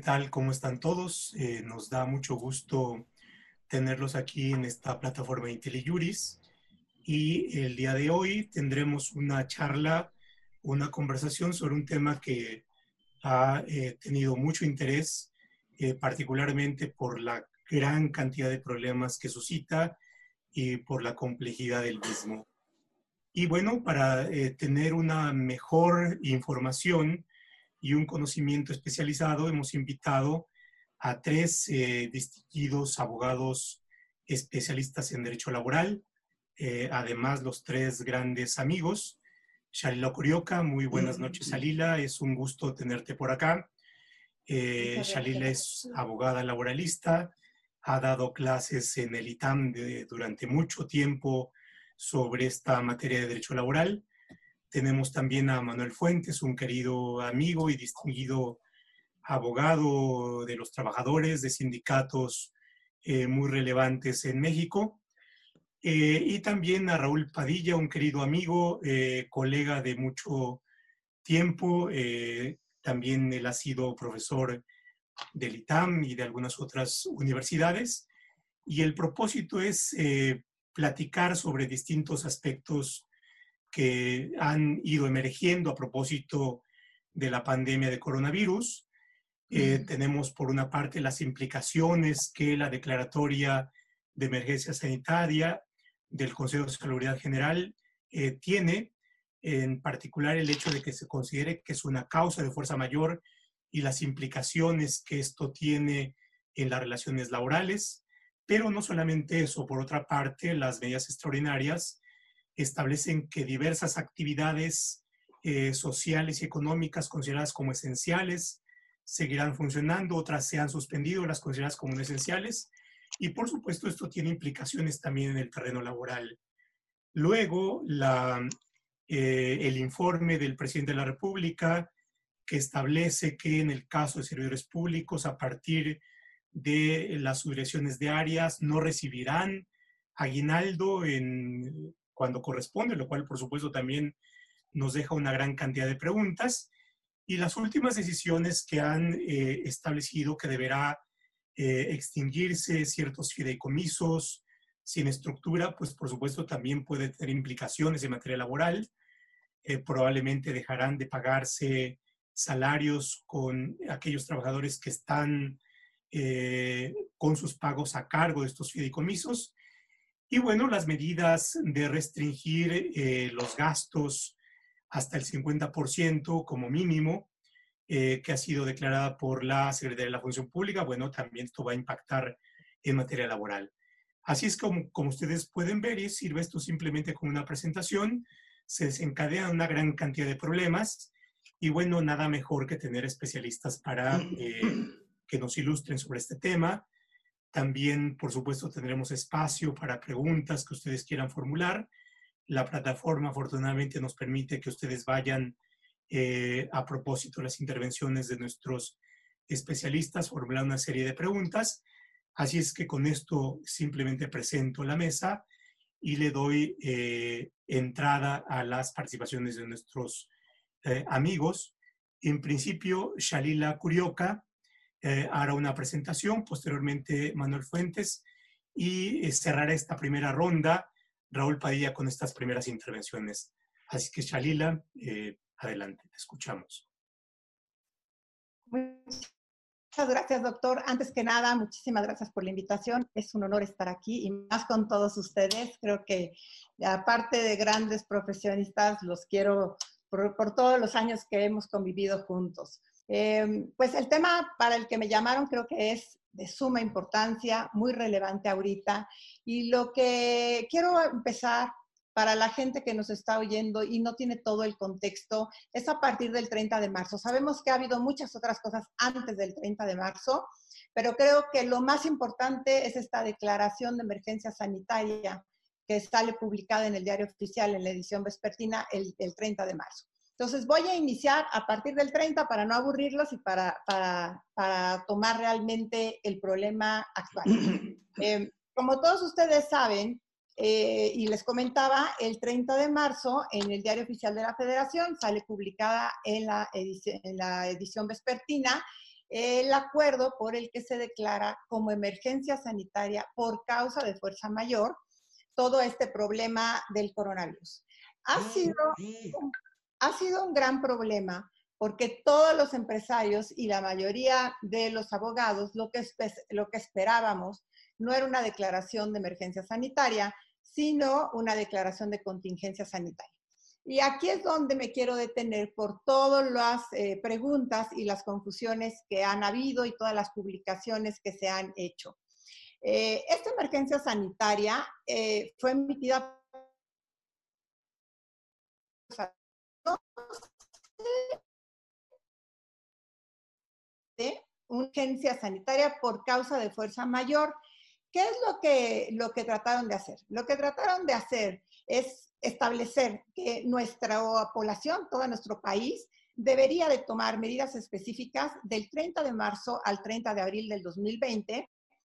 tal? ¿Cómo están todos? Nos da mucho gusto tenerlos aquí en esta plataforma de IntelliJuris. Y el día de hoy tendremos una charla, una conversación sobre un tema que ha tenido mucho interés, particularmente por la gran cantidad de problemas que suscita y por la complejidad del mismo. Y bueno, para tener una mejor información y un conocimiento especializado, hemos invitado a tres distinguidos abogados especialistas en derecho laboral, además los tres grandes amigos. Shalila Curioca, muy buenas noches, Shalila, es un gusto tenerte por acá. Shalila es abogada laboralista, ha dado clases en el ITAM durante mucho tiempo sobre esta materia de derecho laboral. Tenemos también a Manuel Fuentes, un querido amigo y distinguido abogado de los trabajadores de sindicatos muy relevantes en México. Y también a Raúl Padilla, un querido amigo, colega de mucho tiempo. También él ha sido profesor del ITAM y de algunas otras universidades. Y el propósito es platicar sobre distintos aspectos que han ido emergiendo a propósito de la pandemia de coronavirus. Tenemos por una parte las implicaciones que la declaratoria de emergencia sanitaria del Consejo de Salubridad General tiene, en particular el hecho de que se considere que es una causa de fuerza mayor y las implicaciones que esto tiene en las relaciones laborales. Pero no solamente eso, por otra parte, las medidas extraordinarias establecen que diversas actividades sociales y económicas consideradas como esenciales seguirán funcionando, otras se han suspendido, las consideradas como no esenciales, y por supuesto esto tiene implicaciones también en el terreno laboral. Luego, el informe del presidente de la República que establece que en el caso de servidores públicos, a partir de las subdirecciones de áreas, no recibirán aguinaldo cuando corresponde, lo cual por supuesto también nos deja una gran cantidad de preguntas. Y las últimas decisiones que han establecido que deberá extinguirse ciertos fideicomisos sin estructura, pues por supuesto también puede tener implicaciones en materia laboral. Probablemente dejarán de pagarse salarios con aquellos trabajadores que están con sus pagos a cargo de estos fideicomisos. Y bueno, las medidas de restringir los gastos hasta el 50% como mínimo, que ha sido declarada por la Secretaría de la Función Pública, bueno, también esto va a impactar en materia laboral. Así es como ustedes pueden ver, y sirve esto simplemente como una presentación, se desencadena una gran cantidad de problemas, y bueno, nada mejor que tener especialistas para que nos ilustren sobre este tema. También, por supuesto, tendremos espacio para preguntas que ustedes quieran formular. La plataforma, afortunadamente, nos permite que ustedes vayan a propósito de las intervenciones de nuestros especialistas, formular una serie de preguntas. Así es que con esto simplemente presento la mesa y le doy entrada a las participaciones de nuestros amigos. En principio, Shalila Curioca hará una presentación, posteriormente Manuel Fuentes, y cerrará esta primera ronda Raúl Padilla con estas primeras intervenciones. Así que Shalila, adelante, te escuchamos. Muchas gracias, doctor. Antes que nada, muchísimas gracias por la invitación. Es un honor estar aquí y más con todos ustedes. Creo que aparte de grandes profesionistas, los quiero por todos los años que hemos convivido juntos. Pues el tema para el que me llamaron creo que es de suma importancia, muy relevante ahorita. Y lo que quiero empezar para la gente que nos está oyendo y no tiene todo el contexto, es a partir del 30 de marzo. Sabemos que ha habido muchas otras cosas antes del 30 de marzo, pero creo que lo más importante es esta declaración de emergencia sanitaria que sale publicada en el Diario Oficial en la edición vespertina el 30 de marzo. Entonces voy a iniciar a partir del 30 para no aburrirlos y para tomar realmente el problema actual. Como todos ustedes saben, y les comentaba, el 30 de marzo en el Diario Oficial de la Federación sale publicada en la edición vespertina el acuerdo por el que se declara como emergencia sanitaria por causa de fuerza mayor todo este problema del coronavirus. Ha sido, ha sido un gran problema porque todos los empresarios y la mayoría de los abogados lo que esperábamos no era una declaración de emergencia sanitaria, sino una declaración de contingencia sanitaria. Y aquí es donde me quiero detener por todas las preguntas y las confusiones que han habido y todas las publicaciones que se han hecho. Esta emergencia sanitaria fue emitida de una urgencia sanitaria por causa de fuerza mayor. ¿Qué es lo que trataron de hacer? Lo que trataron de hacer es establecer que nuestra población, todo nuestro país, debería de tomar medidas específicas del 30 de marzo al 30 de abril del 2020,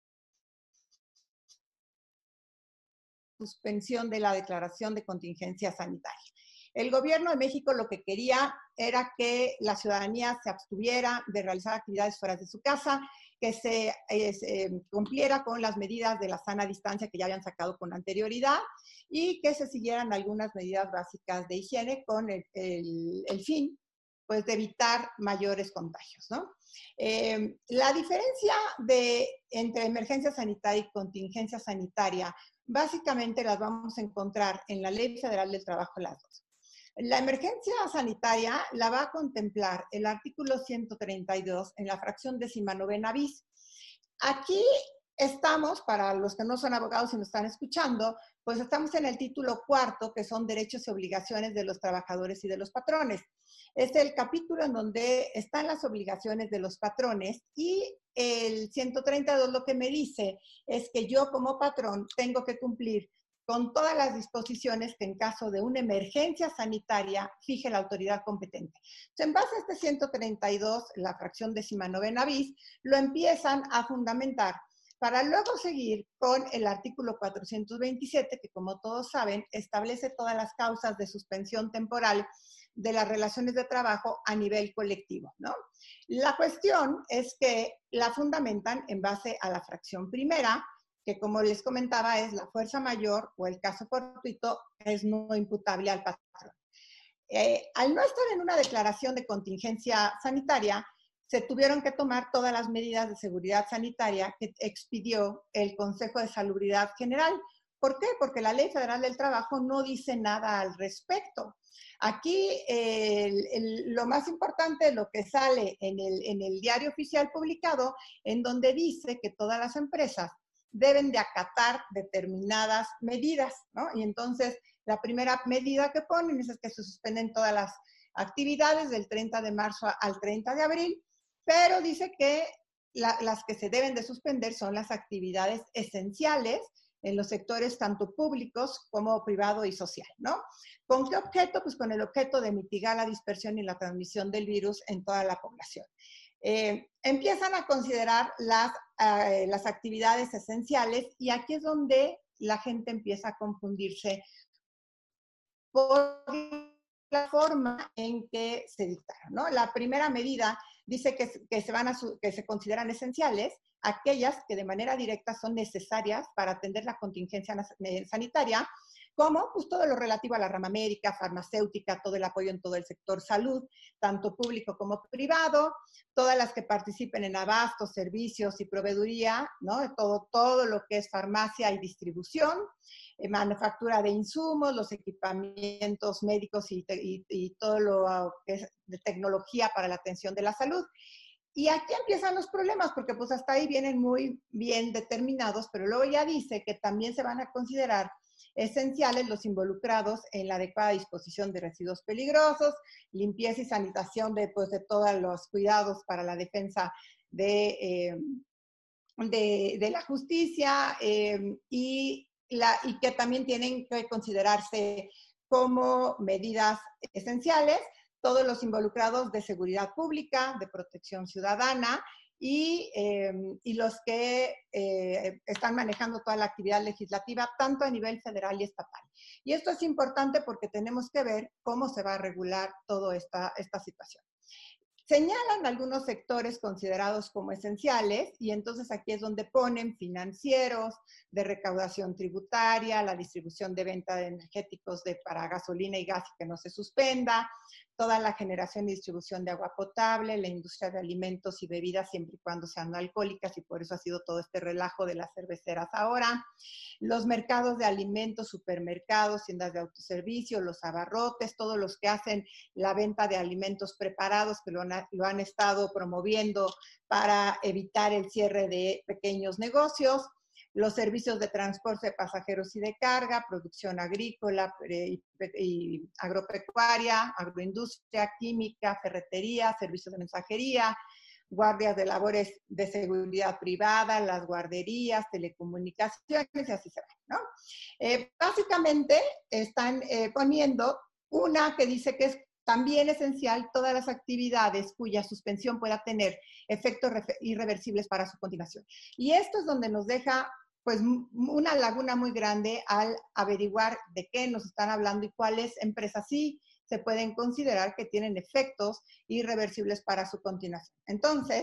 suspensión de la declaración de contingencia sanitaria. El gobierno de México lo que quería era que la ciudadanía se abstuviera de realizar actividades fuera de su casa, que se cumpliera con las medidas de la sana distancia que ya habían sacado con anterioridad y que se siguieran algunas medidas básicas de higiene con el fin, pues, de evitar mayores contagios, ¿no? La diferencia entre emergencia sanitaria y contingencia sanitaria básicamente las vamos a encontrar en la Ley Federal del Trabajo, las dos. La emergencia sanitaria la va a contemplar el artículo 132 en la fracción 19ª bis. Aquí estamos, para los que no son abogados y nos están escuchando, pues estamos en el título cuarto, que son derechos y obligaciones de los trabajadores y de los patrones. Es el capítulo en donde están las obligaciones de los patrones y el 132 lo que me dice es que yo como patrón tengo que cumplir con todas las disposiciones que en caso de una emergencia sanitaria fije la autoridad competente. Entonces, en base a este 132, la fracción 19ª bis, lo empiezan a fundamentar para luego seguir con el artículo 427, que como todos saben, establece todas las causas de suspensión temporal de las relaciones de trabajo a nivel colectivo, ¿no? La cuestión es que la fundamentan en base a la fracción primera, que como les comentaba es la fuerza mayor o el caso fortuito es no imputable al patrón. Al no estar en una declaración de contingencia sanitaria, se tuvieron que tomar todas las medidas de seguridad sanitaria que expidió el Consejo de Salubridad General. ¿Por qué? Porque la Ley Federal del Trabajo no dice nada al respecto. Aquí lo más importante es lo que sale en el diario oficial publicado, en donde dice que todas las empresas deben de acatar determinadas medidas, ¿no? Y entonces la primera medida que ponen es que se suspenden todas las actividades del 30 de marzo al 30 de abril, pero dice que las que se deben de suspender son las actividades esenciales en los sectores tanto públicos como privado y social, ¿no? ¿Con qué objeto? Pues con el objeto de mitigar la dispersión y la transmisión del virus en toda la población. Empiezan a considerar las actividades esenciales y aquí es donde la gente empieza a confundirse por la forma en que se dictaron, ¿no? La primera medida dice que se consideran esenciales aquellas que de manera directa son necesarias para atender la contingencia sanitaria, como pues, todo lo relativo a la rama médica, farmacéutica, todo el apoyo en todo el sector salud, tanto público como privado, todas las que participen en abastos, servicios y proveeduría, ¿no? Todo lo que es farmacia y distribución, manufactura de insumos, los equipamientos médicos y todo lo que es de tecnología para la atención de la salud. Y aquí empiezan los problemas, porque pues hasta ahí vienen muy bien determinados, pero luego ya dice que también se van a considerar esenciales los involucrados en la adecuada disposición de residuos peligrosos, limpieza y sanitación de todos los cuidados para la defensa de la justicia y que también tienen que considerarse como medidas esenciales todos los involucrados de seguridad pública, de protección ciudadana y los que están manejando toda la actividad legislativa, tanto a nivel federal y estatal. Y esto es importante porque tenemos que ver cómo se va a regular toda esta situación. señalan algunos sectores considerados como esenciales y entonces aquí es donde ponen financieros, de recaudación tributaria, la distribución de venta de energéticos para gasolina y gas y que no se suspenda, toda la generación y distribución de agua potable, la industria de alimentos y bebidas siempre y cuando sean no alcohólicas y por eso ha sido todo este relajo de las cerveceras ahora, los mercados de alimentos, supermercados, tiendas de autoservicio, los abarrotes, todos los que hacen la venta de alimentos preparados que lo han estado promoviendo para evitar el cierre de pequeños negocios, los servicios de transporte de pasajeros y de carga, producción agrícola y agropecuaria, agroindustria, química, ferretería, servicios de mensajería, guardias de labores de seguridad privada, las guarderías, telecomunicaciones y así se va, ¿no? Básicamente están poniendo una que dice que es también esencial todas las actividades cuya suspensión pueda tener efectos irreversibles para su continuación. Y esto es donde nos deja pues una laguna muy grande al averiguar de qué nos están hablando y cuáles empresas sí se pueden considerar que tienen efectos irreversibles para su continuación. Entonces,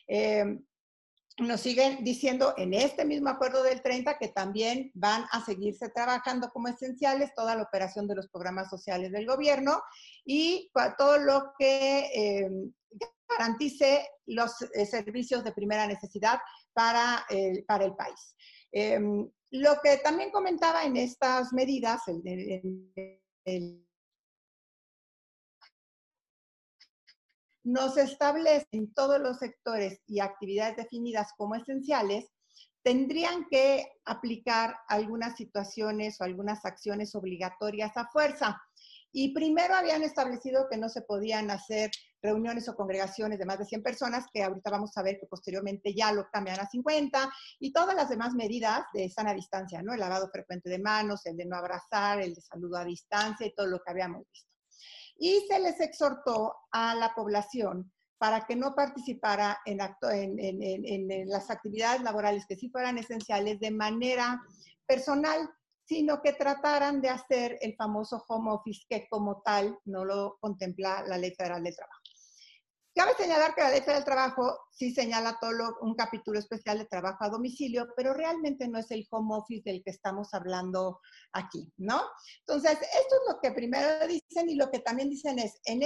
nos siguen diciendo en este mismo acuerdo del 30 que también van a seguirse trabajando como esenciales toda la operación de los programas sociales del gobierno y todo lo que garantice los servicios de primera necesidad para el país. Lo que también comentaba en estas medidas, nos establecen todos los sectores y actividades definidas como esenciales, tendrían que aplicar algunas situaciones o algunas acciones obligatorias a fuerza. Y primero habían establecido que no se podían hacer reuniones o congregaciones de más de 100 personas, que ahorita vamos a ver que posteriormente ya lo cambian a 50, y todas las demás medidas de sana distancia, ¿no? El lavado frecuente de manos, el de no abrazar, el de saludo a distancia y todo lo que habíamos visto. Y se les exhortó a la población para que no participara en las actividades laborales que sí fueran esenciales de manera personal, sino que trataran de hacer el famoso home office que como tal no lo contempla la Ley Federal del Trabajo. Cabe señalar que la Ley Federal del Trabajo sí señala un capítulo especial de trabajo a domicilio, pero realmente no es el home office del que estamos hablando aquí, ¿no? Entonces, esto es lo que primero dicen y lo que también dicen es, en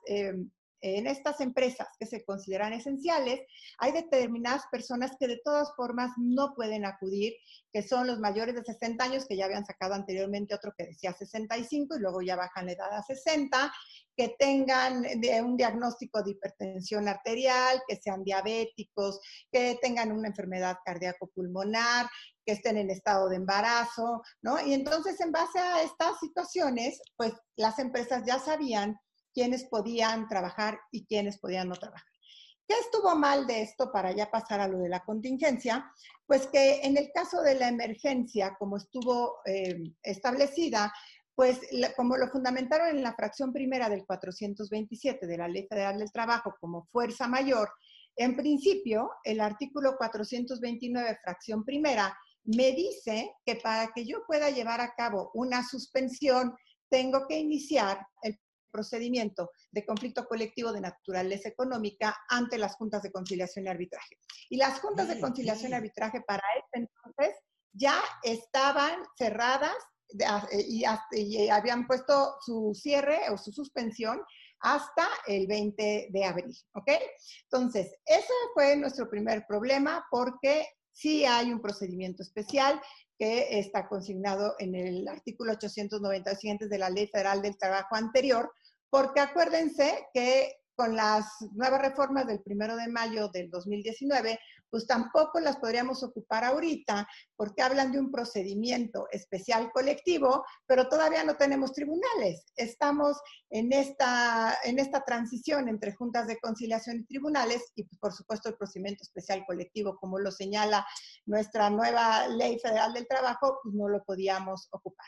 estas empresas que se consideran esenciales, hay determinadas personas que de todas formas no pueden acudir, que son los mayores de 60 años, que ya habían sacado anteriormente otro que decía 65 y luego ya bajan la edad a 60, que tengan un diagnóstico de hipertensión arterial, que sean diabéticos, que tengan una enfermedad cardíaco-pulmonar, que estén en estado de embarazo, ¿no? Y entonces, en base a estas situaciones, pues las empresas ya sabían quiénes podían trabajar y quiénes podían no trabajar. ¿Qué estuvo mal de esto para ya pasar a lo de la contingencia? Pues que en el caso de la emergencia, como estuvo establecida, pues como lo fundamentaron en la fracción primera del 427 de la Ley Federal del Trabajo como fuerza mayor, en principio el artículo 429, fracción primera, me dice que para que yo pueda llevar a cabo una suspensión, tengo que iniciar el procedimiento de conflicto colectivo de naturaleza económica ante las juntas de conciliación y arbitraje. Y las juntas de conciliación y arbitraje para este entonces ya estaban cerradas y habían puesto su cierre o su suspensión hasta el 20 de abril, ¿ok? Entonces, ese fue nuestro primer problema porque sí hay un procedimiento especial que está consignado en el artículo 890 siguientes de la Ley Federal del Trabajo anterior, porque acuérdense que con las nuevas reformas del 1 de mayo del 2019, pues tampoco las podríamos ocupar ahorita, porque hablan de un procedimiento especial colectivo, pero todavía no tenemos tribunales. Estamos en esta transición entre juntas de conciliación y tribunales, y pues, por supuesto el procedimiento especial colectivo, como lo señala nuestra nueva Ley Federal del Trabajo, pues no lo podíamos ocupar.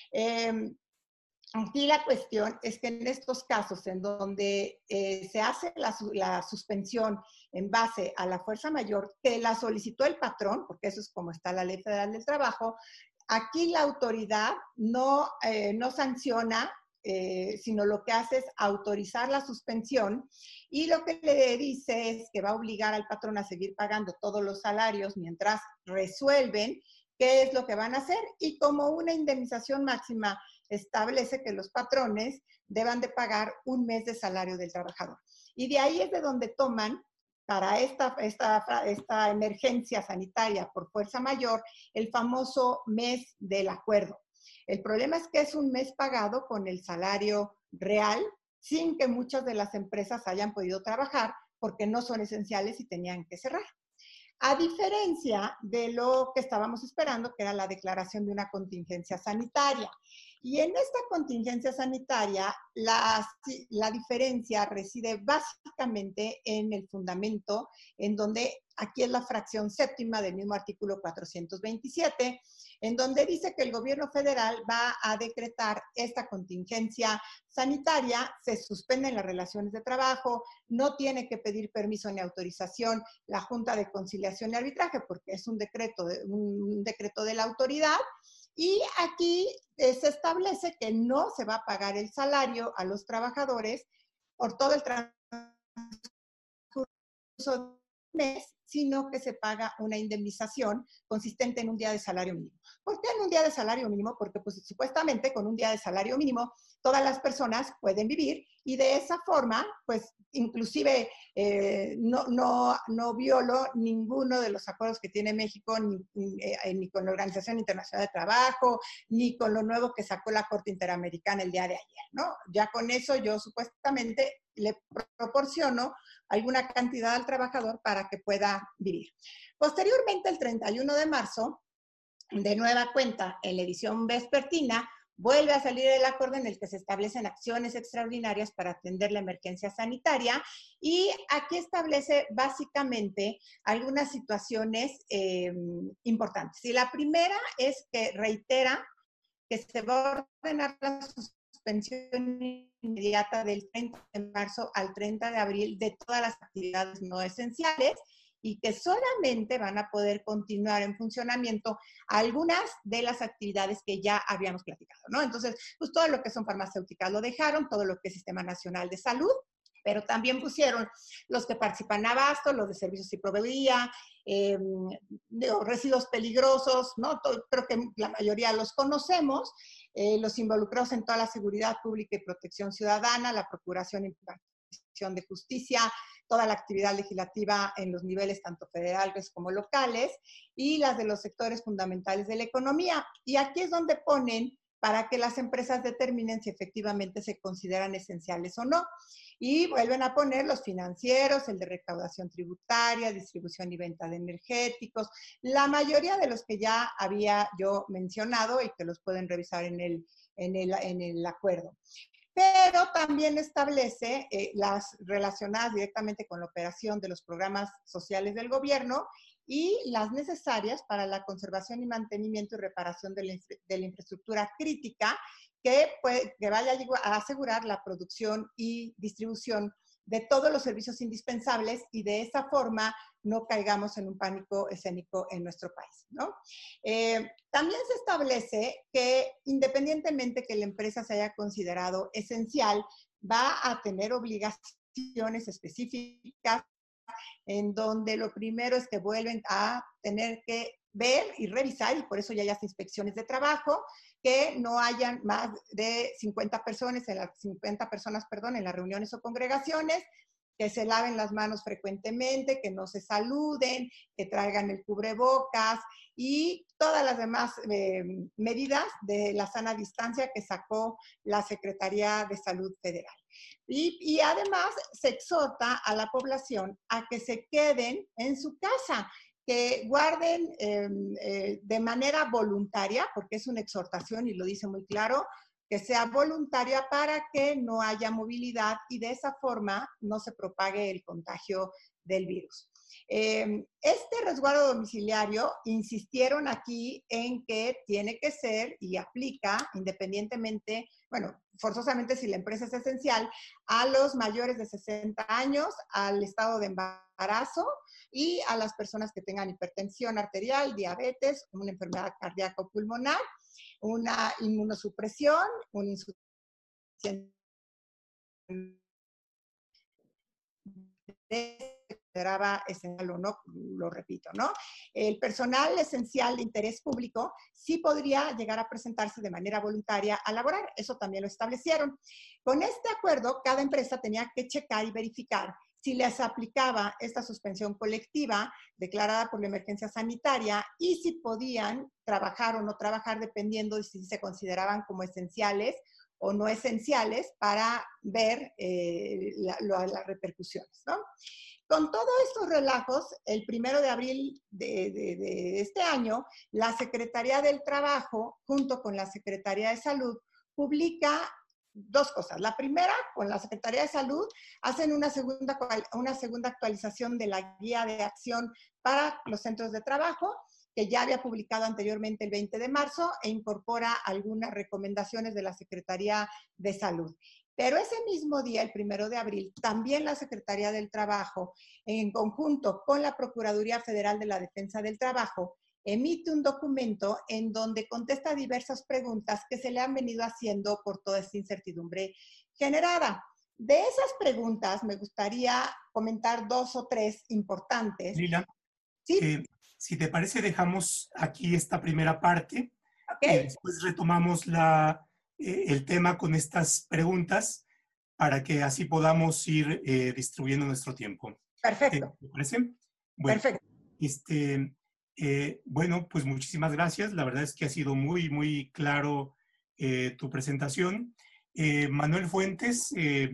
Aquí la cuestión es que en estos casos en donde se hace la suspensión en base a la fuerza mayor, que la solicitó el patrón, porque eso es como está la Ley Federal del Trabajo, aquí la autoridad no sanciona sino lo que hace es autorizar la suspensión y lo que le dice es que va a obligar al patrón a seguir pagando todos los salarios mientras resuelven qué es lo que van a hacer y como una indemnización máxima establece que los patrones deban de pagar un mes de salario del trabajador. Y de ahí es de donde toman para esta emergencia sanitaria por fuerza mayor el famoso mes del acuerdo. El problema es que es un mes pagado con el salario real sin que muchas de las empresas hayan podido trabajar porque no son esenciales y tenían que cerrar. A diferencia de lo que estábamos esperando, que era la declaración de una contingencia sanitaria. Y en esta contingencia sanitaria, la diferencia reside básicamente en el fundamento, en donde aquí es la fracción séptima del mismo artículo 427, en donde dice que el gobierno federal va a decretar esta contingencia sanitaria, se suspenden las relaciones de trabajo, no tiene que pedir permiso ni autorización la Junta de Conciliación y Arbitraje, porque es un decreto de la autoridad, y aquí se establece que no se va a pagar el salario a los trabajadores por todo el transcurso del mes, sino que se paga una indemnización consistente en un día de salario mínimo. ¿Por qué en un día de salario mínimo? Porque pues supuestamente con un día de salario mínimo todas las personas pueden vivir y de esa forma, pues inclusive no violo ninguno de los acuerdos que tiene México ni con la Organización Internacional de Trabajo, ni con lo nuevo que sacó la Corte Interamericana el día de ayer, ¿no? Ya con eso yo supuestamente le proporciono alguna cantidad al trabajador para que pueda vivir. Posteriormente, el 31 de marzo, de nueva cuenta, en la edición vespertina, vuelve a salir el acuerdo en el que se establecen acciones extraordinarias para atender la emergencia sanitaria y aquí establece básicamente algunas situaciones importantes. Y la primera es que reitera que se va a ordenar la suspensión inmediata del 30 de marzo al 30 de abril de todas las actividades no esenciales y que solamente van a poder continuar en funcionamiento algunas de las actividades que ya habíamos platicado, ¿no? Entonces, pues todo lo que son farmacéuticas lo dejaron, todo lo que es Sistema Nacional de Salud, pero también pusieron los que participan en abasto, los de servicios y proveeduría, residuos peligrosos, ¿no? Creo que la mayoría los conocemos, los involucrados en toda la seguridad pública y protección ciudadana, la procuración y impartición de justicia, toda la actividad legislativa en los niveles tanto federales como locales y las de los sectores fundamentales de la economía. Y aquí es donde ponen para que las empresas determinen si efectivamente se consideran esenciales o no. Y vuelven a poner los financieros, el de recaudación tributaria, distribución y venta de energéticos, la mayoría de los que ya había yo mencionado y que los pueden revisar en el acuerdo. Pero también establece las relacionadas directamente con la operación de los programas sociales del gobierno y las necesarias para la conservación y mantenimiento y reparación de la infraestructura crítica que vaya a asegurar la producción y distribución de todos los servicios indispensables y de esa forma no caigamos en un pánico escénico en nuestro país, ¿no? También se establece que independientemente que la empresa se haya considerado esencial, va a tener obligaciones específicas en donde lo primero es que vuelven a tener que ver y revisar, y por eso ya hay hasta inspecciones de trabajo, que no hayan más de 50 personas, en las reuniones o congregaciones, que se laven las manos frecuentemente, que no se saluden, que traigan el cubrebocas y todas las demás medidas de la sana distancia que sacó la Secretaría de Salud Federal. Y además se exhorta a la población a que se queden en su casa, que guarden de manera voluntaria, porque es una exhortación y lo dice muy claro, que sea voluntaria para que no haya movilidad y de esa forma no se propague el contagio del virus. Este resguardo domiciliario, insistieron aquí en que tiene que ser y aplica independientemente, bueno, forzosamente si la empresa es esencial, a los mayores de 60 años, al estado de embarazo y a las personas que tengan hipertensión arterial, diabetes, una enfermedad cardíaca o pulmonar, una inmunosupresión, una consideraba esencial o no, lo repito, ¿no? El personal esencial de interés público sí podría llegar a presentarse de manera voluntaria a laborar, eso también lo establecieron. Con este acuerdo, cada empresa tenía que checar y verificar si les aplicaba esta suspensión colectiva declarada por la emergencia sanitaria y si podían trabajar o no trabajar dependiendo de si se consideraban como esenciales o no esenciales para ver las repercusiones, ¿no? Con todos estos relajos, el 1 de abril de este año, la Secretaría del Trabajo, junto con la Secretaría de Salud, publica dos cosas. La primera, con la Secretaría de Salud, hacen una segunda actualización de la guía de acción para los centros de trabajo, que ya había publicado anteriormente el 20 de marzo e incorpora algunas recomendaciones de la Secretaría de Salud. Pero ese mismo día, el 1 de abril, también la Secretaría del Trabajo, en conjunto con la Procuraduría Federal de la Defensa del Trabajo, emite un documento en donde contesta diversas preguntas que se le han venido haciendo por toda esta incertidumbre generada. De esas preguntas me gustaría comentar 2 o 3 importantes. Lila, ¿Sí? si te parece, dejamos aquí esta primera parte Okay. y después retomamos el tema con estas preguntas para que así podamos ir distribuyendo nuestro tiempo. Perfecto. ¿Te parece? Bueno, perfecto. Bueno, pues muchísimas gracias. La verdad es que ha sido muy, muy claro tu presentación. Manuel Fuentes,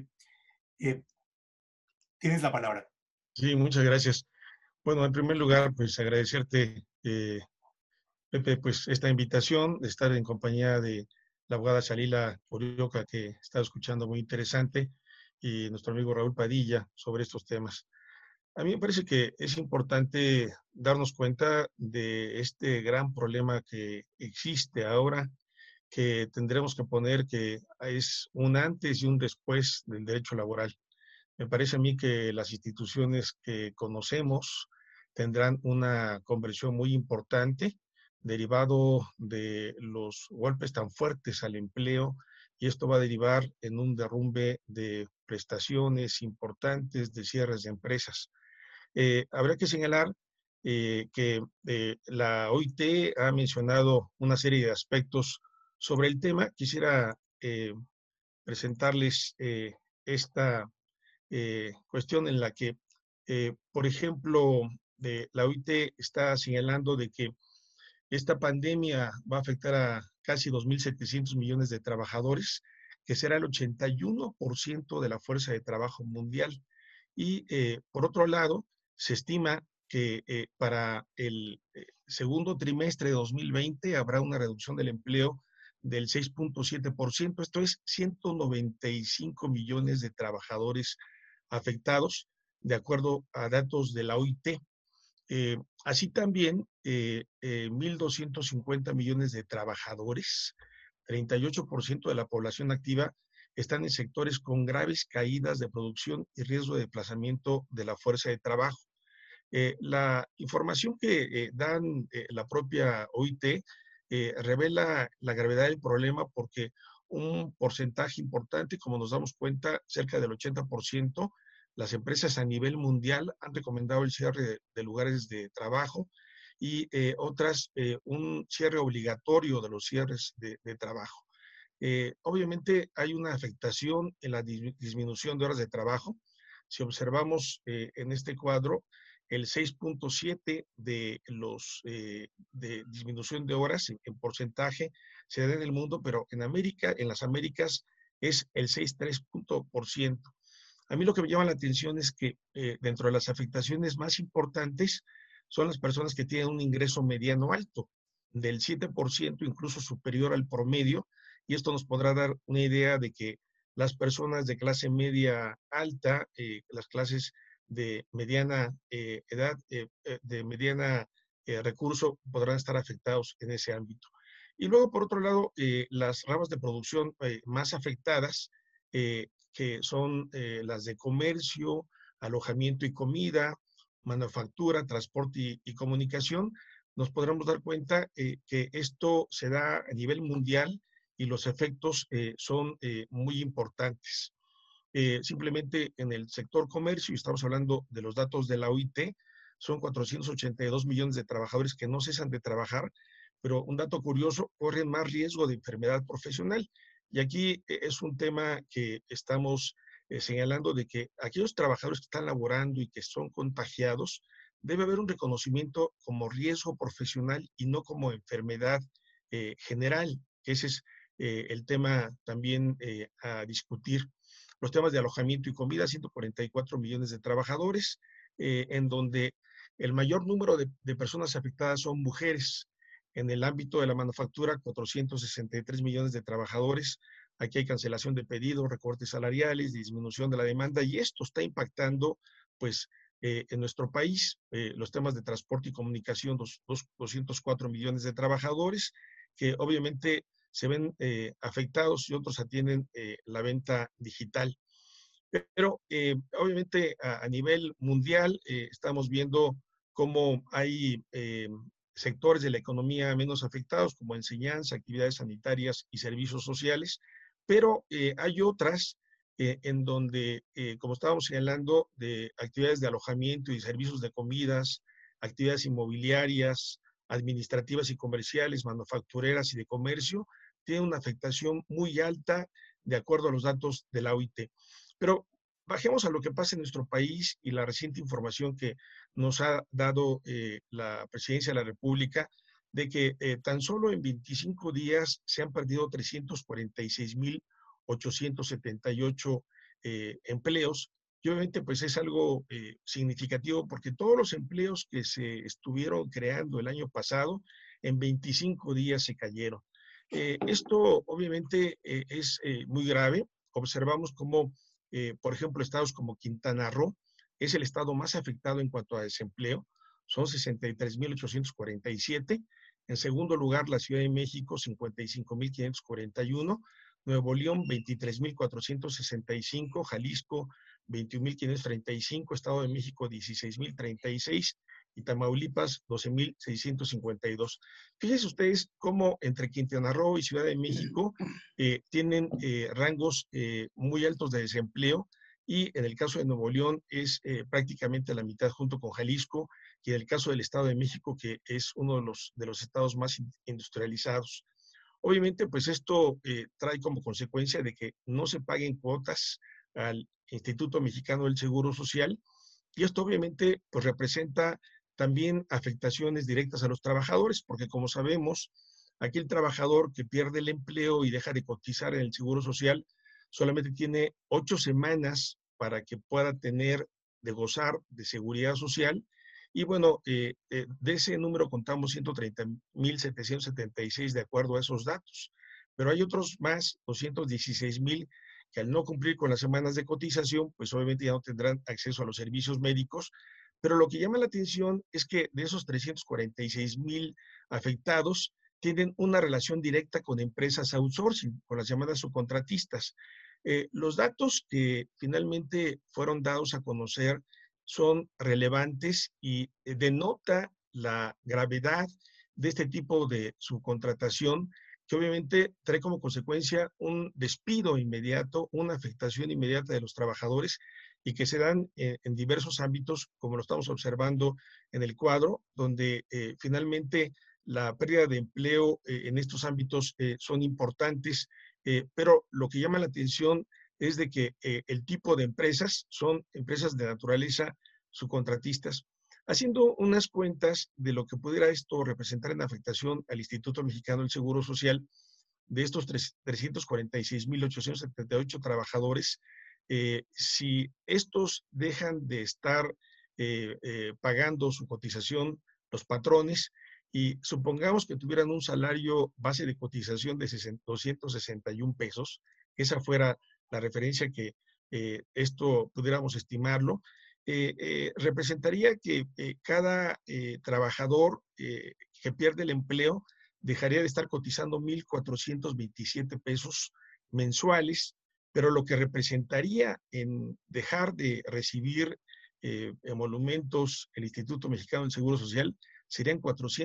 tienes la palabra. Sí, muchas gracias. Bueno, en primer lugar, pues agradecerte, Pepe, pues esta invitación de estar en compañía de la abogada Shalila Orioca, que está escuchando muy interesante, y nuestro amigo Raúl Padilla sobre estos temas. A mí me parece que es importante darnos cuenta de este gran problema que existe ahora, que tendremos que poner que es un antes y un después del derecho laboral. Me parece a mí que las instituciones que conocemos tendrán una conversión muy importante derivado de los golpes tan fuertes al empleo, y esto va a derivar en un derrumbe de prestaciones importantes, de cierres de empresas. Habrá que señalar que la OIT ha mencionado una serie de aspectos sobre el tema. Quisiera presentarles esta cuestión en la que, por ejemplo, la OIT está señalando de que esta pandemia va a afectar a casi 2.700 millones de trabajadores, que será el 81% de la fuerza de trabajo mundial. Y por otro lado, se estima que para el segundo trimestre de 2020 habrá una reducción del empleo del 6.7%, esto es 195 millones de trabajadores afectados, de acuerdo a datos de la OIT. Así también, 1.250 millones de trabajadores, 38% de la población activa, están en sectores con graves caídas de producción y riesgo de desplazamiento de la fuerza de trabajo. La información que dan la propia OIT revela la gravedad del problema, porque un porcentaje importante, como nos damos cuenta, cerca del 80%, las empresas a nivel mundial han recomendado el cierre de lugares de trabajo, y otras un cierre obligatorio de los cierres de trabajo. Obviamente hay una afectación en la disminución de horas de trabajo. Si observamos en este cuadro, el 6.7 de los de disminución de horas en porcentaje se da en el mundo, pero en América, en las Américas, es el 6.3%. A mí lo que me llama la atención es que dentro de las afectaciones más importantes son las personas que tienen un ingreso mediano alto, del 7%, incluso superior al promedio, y esto nos podrá dar una idea de que las personas de clase media alta, las clases de mediana edad, de mediana recurso, podrán estar afectados en ese ámbito. Y luego, por otro lado, las ramas de producción más afectadas, que son las de comercio, alojamiento y comida, manufactura, transporte y comunicación, nos podremos dar cuenta que esto se da a nivel mundial, y los efectos son muy importantes. Simplemente en el sector comercio, y estamos hablando de los datos de la OIT, son 482 millones de trabajadores que no cesan de trabajar, pero un dato curioso, corren más riesgo de enfermedad profesional. Y aquí es un tema que estamos señalando de que aquellos trabajadores que están laborando y que son contagiados, debe haber un reconocimiento como riesgo profesional y no como enfermedad general. Ese es el tema también a discutir. Los temas de alojamiento y comida, 144 millones de trabajadores, en donde el mayor número de personas afectadas son mujeres. En el ámbito de la manufactura, 463 millones de trabajadores. Aquí hay cancelación de pedidos, recortes salariales, disminución de la demanda, y esto está impactando, pues, en nuestro país. Los temas de transporte y comunicación, 204 millones de trabajadores, que obviamente se ven afectados, y otros atienden la venta digital. Pero obviamente a nivel mundial estamos viendo cómo hay sectores de la economía menos afectados, como enseñanza, actividades sanitarias y servicios sociales, pero hay otras en donde, como estábamos señalando, de actividades de alojamiento y servicios de comidas, actividades inmobiliarias, administrativas y comerciales, manufactureras y de comercio, tienen una afectación muy alta de acuerdo a los datos de la OIT. Pero bajemos a lo que pasa en nuestro país y la reciente información que nos ha dado la Presidencia de la República, de que tan solo en 25 días se han perdido 346,878 empleos. Y obviamente pues es algo significativo, porque todos los empleos que se estuvieron creando el año pasado, en 25 días se cayeron. Esto obviamente es muy grave. Observamos cómo, por ejemplo, estados como Quintana Roo es el estado más afectado en cuanto a desempleo, son 63,847. En segundo lugar, la Ciudad de México, 55,541. Nuevo León, 23,465. Jalisco, 21,535. Estado de México, 16,036. Y Tamaulipas, 12,652. Fíjense ustedes cómo entre Quintana Roo y Ciudad de México tienen rangos muy altos de desempleo, y en el caso de Nuevo León es prácticamente la mitad, junto con Jalisco, y en el caso del Estado de México, que es uno de los estados más industrializados. Obviamente, pues esto trae como consecuencia de que no se paguen cuotas al Instituto Mexicano del Seguro Social, y esto obviamente pues representa también afectaciones directas a los trabajadores, porque como sabemos, aquí el trabajador que pierde el empleo y deja de cotizar en el Seguro Social solamente tiene 8 semanas para que pueda tener de gozar de seguridad social. Y bueno, de ese número contamos 130,776 de acuerdo a esos datos. Pero hay otros más, 216,000, que al no cumplir con las semanas de cotización, pues obviamente ya no tendrán acceso a los servicios médicos. Pero lo que llama la atención es que de esos 346,000 afectados, tienen una relación directa con empresas outsourcing, con las llamadas subcontratistas. Los datos que finalmente fueron dados a conocer son relevantes y denota la gravedad de este tipo de subcontratación, que obviamente trae como consecuencia un despido inmediato, una afectación inmediata de los trabajadores, y que se dan en diversos ámbitos, como lo estamos observando en el cuadro, donde finalmente la pérdida de empleo en estos ámbitos son importantes, pero lo que llama la atención es de que el tipo de empresas son empresas de naturaleza subcontratistas. Haciendo unas cuentas de lo que pudiera esto representar en afectación al Instituto Mexicano del Seguro Social, de estos 346,878 trabajadores, si estos dejan de estar pagando su cotización, los patrones, y supongamos que tuvieran un salario base de cotización de 261 pesos, esa fuera la referencia que esto pudiéramos estimarlo, representaría que cada trabajador que pierde el empleo dejaría de estar cotizando 1,427 pesos mensuales, pero lo que representaría en dejar de recibir emolumentos el Instituto Mexicano del Seguro Social serían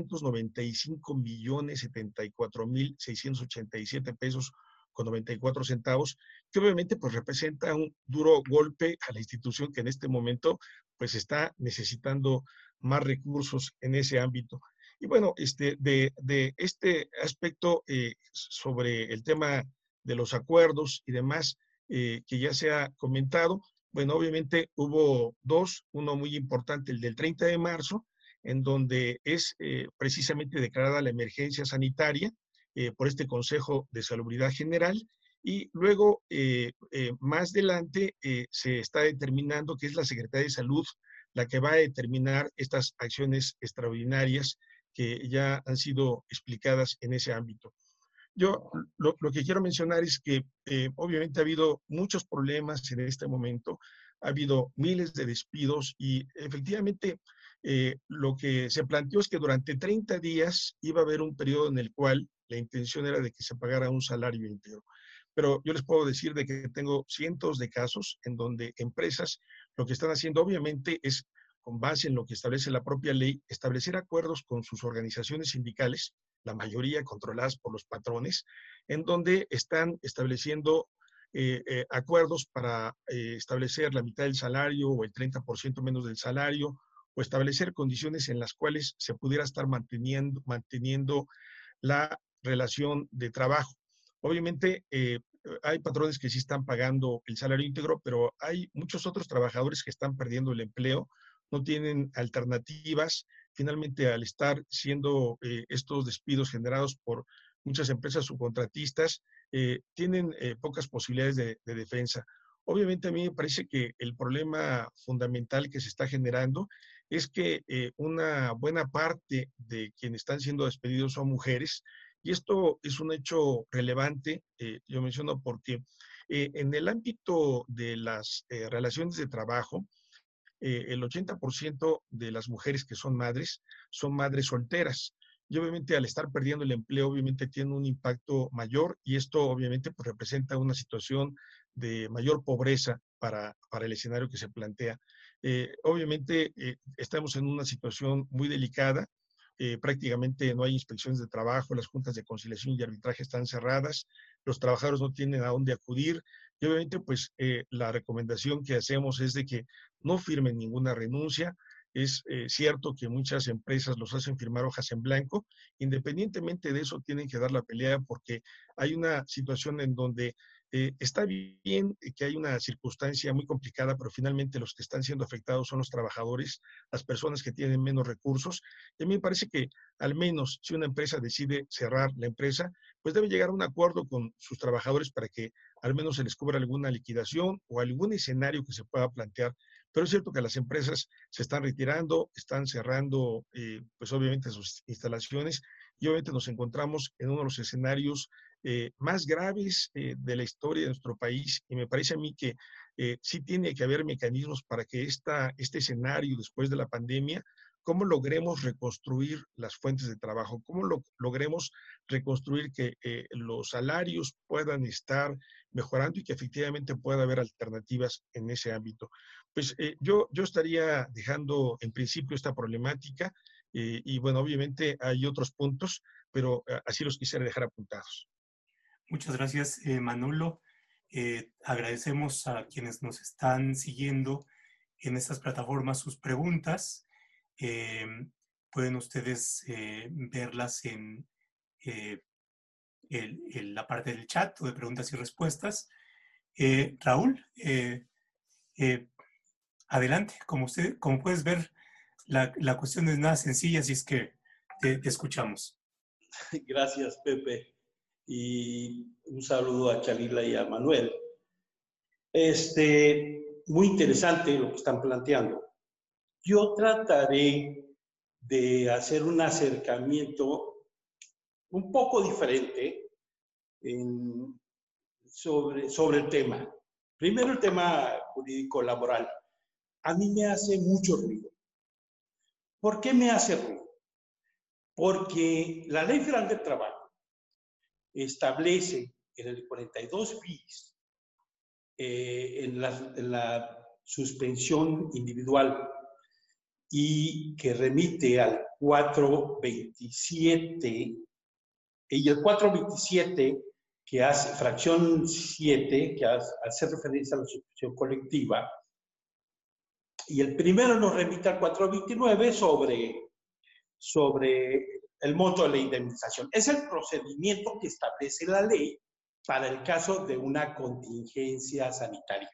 495,074,687 pesos con 94 centavos, que obviamente pues representa un duro golpe a la institución que en este momento pues está necesitando más recursos en ese ámbito. Y bueno, de este aspecto sobre el tema de los acuerdos y demás que ya se ha comentado, bueno, obviamente hubo dos, uno muy importante, el del 30 de marzo, en donde es precisamente declarada la emergencia sanitaria por este Consejo de Salubridad General, y luego más adelante se está determinando que es la Secretaría de Salud la que va a determinar estas acciones extraordinarias que ya han sido explicadas en ese ámbito. Yo lo que quiero mencionar es que obviamente ha habido muchos problemas en este momento, ha habido miles de despidos y efectivamente lo que se planteó es que durante 30 días iba a haber un periodo en el cual la intención era de que se pagara un salario íntegro. Pero yo les puedo decir de que tengo cientos de casos en donde empresas lo que están haciendo obviamente es, con base en lo que establece la propia ley, establecer acuerdos con sus organizaciones sindicales, la mayoría controladas por los patrones, en donde están estableciendo acuerdos para establecer la mitad del salario o el 30% menos del salario, o establecer condiciones en las cuales se pudiera estar manteniendo la relación de trabajo. Obviamente, hay patrones que sí están pagando el salario íntegro, pero hay muchos otros trabajadores que están perdiendo el empleo, no tienen alternativas. Finalmente, al estar siendo estos despidos generados por muchas empresas subcontratistas, tienen pocas posibilidades de defensa. Obviamente, a mí me parece que el problema fundamental que se está generando es que una buena parte de quienes están siendo despedidos son mujeres, y esto es un hecho relevante, yo menciono porque en el ámbito de las relaciones de trabajo, el 80% de las mujeres que son madres solteras. Y obviamente al estar perdiendo el empleo, obviamente tiene un impacto mayor, y esto obviamente pues, representa una situación de mayor pobreza para el escenario que se plantea. Obviamente estamos en una situación muy delicada. Prácticamente no hay inspecciones de trabajo, las juntas de conciliación y arbitraje están cerradas, los trabajadores no tienen a dónde acudir, y obviamente pues la recomendación que hacemos es de que no firmen ninguna renuncia. Es cierto que muchas empresas los hacen firmar hojas en blanco, independientemente de eso tienen que dar la pelea, porque hay una situación en donde está bien que hay una circunstancia muy complicada, pero finalmente los que están siendo afectados son los trabajadores, las personas que tienen menos recursos. Y a mí me parece que al menos si una empresa decide cerrar la empresa, pues debe llegar a un acuerdo con sus trabajadores para que al menos se les cubra alguna liquidación o algún escenario que se pueda plantear. Pero es cierto que las empresas se están retirando, están cerrando, pues obviamente sus instalaciones, y obviamente nos encontramos en uno de los escenarios más graves de la historia de nuestro país, y me parece a mí que sí tiene que haber mecanismos para que este escenario después de la pandemia, cómo logremos reconstruir las fuentes de trabajo, cómo logremos reconstruir que los salarios puedan estar mejorando y que efectivamente pueda haber alternativas en ese ámbito. Pues yo estaría dejando en principio esta problemática y bueno, obviamente hay otros puntos, pero así los quisiera dejar apuntados. Muchas gracias, Manolo. Agradecemos a quienes nos están siguiendo en estas plataformas sus preguntas. Pueden ustedes verlas en la parte del chat o de preguntas y respuestas. Raúl, adelante. Como puedes ver, la cuestión es nada sencilla, así es que te escuchamos. Gracias, Pepe. Y un saludo a Chalila y a Manuel. Muy interesante lo que están planteando. Yo trataré de hacer un acercamiento un poco diferente sobre el tema. Primero, el tema jurídico laboral. A mí me hace mucho ruido. ¿Por qué me hace ruido? Porque la Ley Federal del Trabajo establece en el 42 bis en la suspensión individual y que remite al 427, y el 427 que hace fracción 7, que hace referencia a la suspensión colectiva, y el primero nos remite al 429 sobre el monto de la indemnización. Es el procedimiento que establece la ley para el caso de una contingencia sanitaria.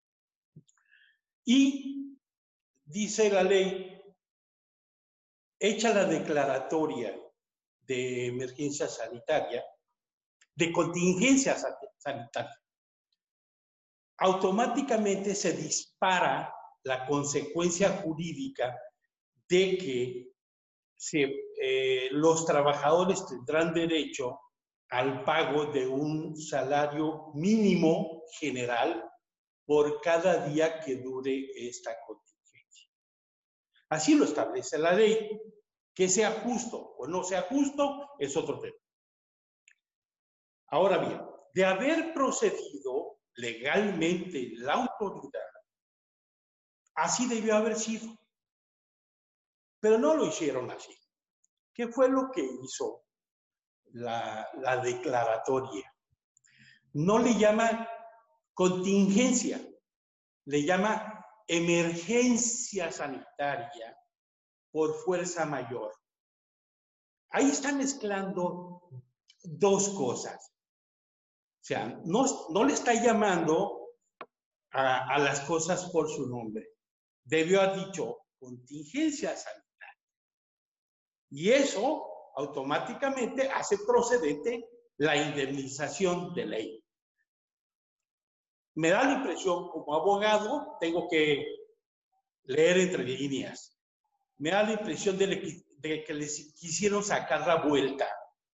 Y dice la ley, hecha la declaratoria de emergencia sanitaria, de contingencia sanitaria, automáticamente se dispara la consecuencia jurídica de que los trabajadores tendrán derecho al pago de un salario mínimo general por cada día que dure esta contingencia. Así lo establece la ley. Que sea justo o no sea justo es otro tema. Ahora bien, de haber procedido legalmente la autoridad, así debió haber sido. Pero no lo hicieron así. ¿Qué fue lo que hizo la declaratoria? No le llama contingencia, le llama emergencia sanitaria por fuerza mayor. Ahí están mezclando dos cosas. O sea, no le está llamando a las cosas por su nombre. Debió haber dicho contingencia sanitaria. Y eso automáticamente hace procedente la indemnización de ley. Me da la impresión, como abogado, tengo que leer entre líneas. Me da la impresión de que les quisieron sacar la vuelta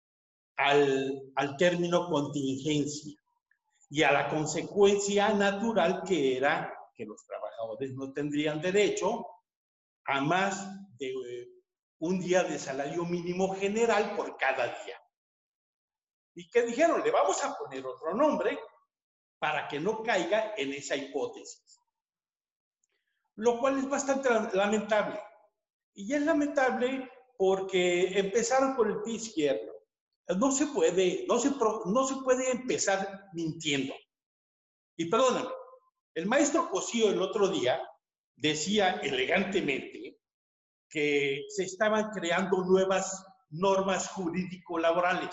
al término contingencia y a la consecuencia natural que era que los trabajadores no tendrían derecho a más de un día de salario mínimo general por cada día. ¿Y qué dijeron? Le vamos a poner otro nombre para que no caiga en esa hipótesis. Lo cual es bastante lamentable. Y es lamentable porque empezaron por el pie izquierdo. No se puede empezar mintiendo. Y perdóname, el maestro Cosío el otro día decía elegantemente que se estaban creando nuevas normas jurídico-laborales.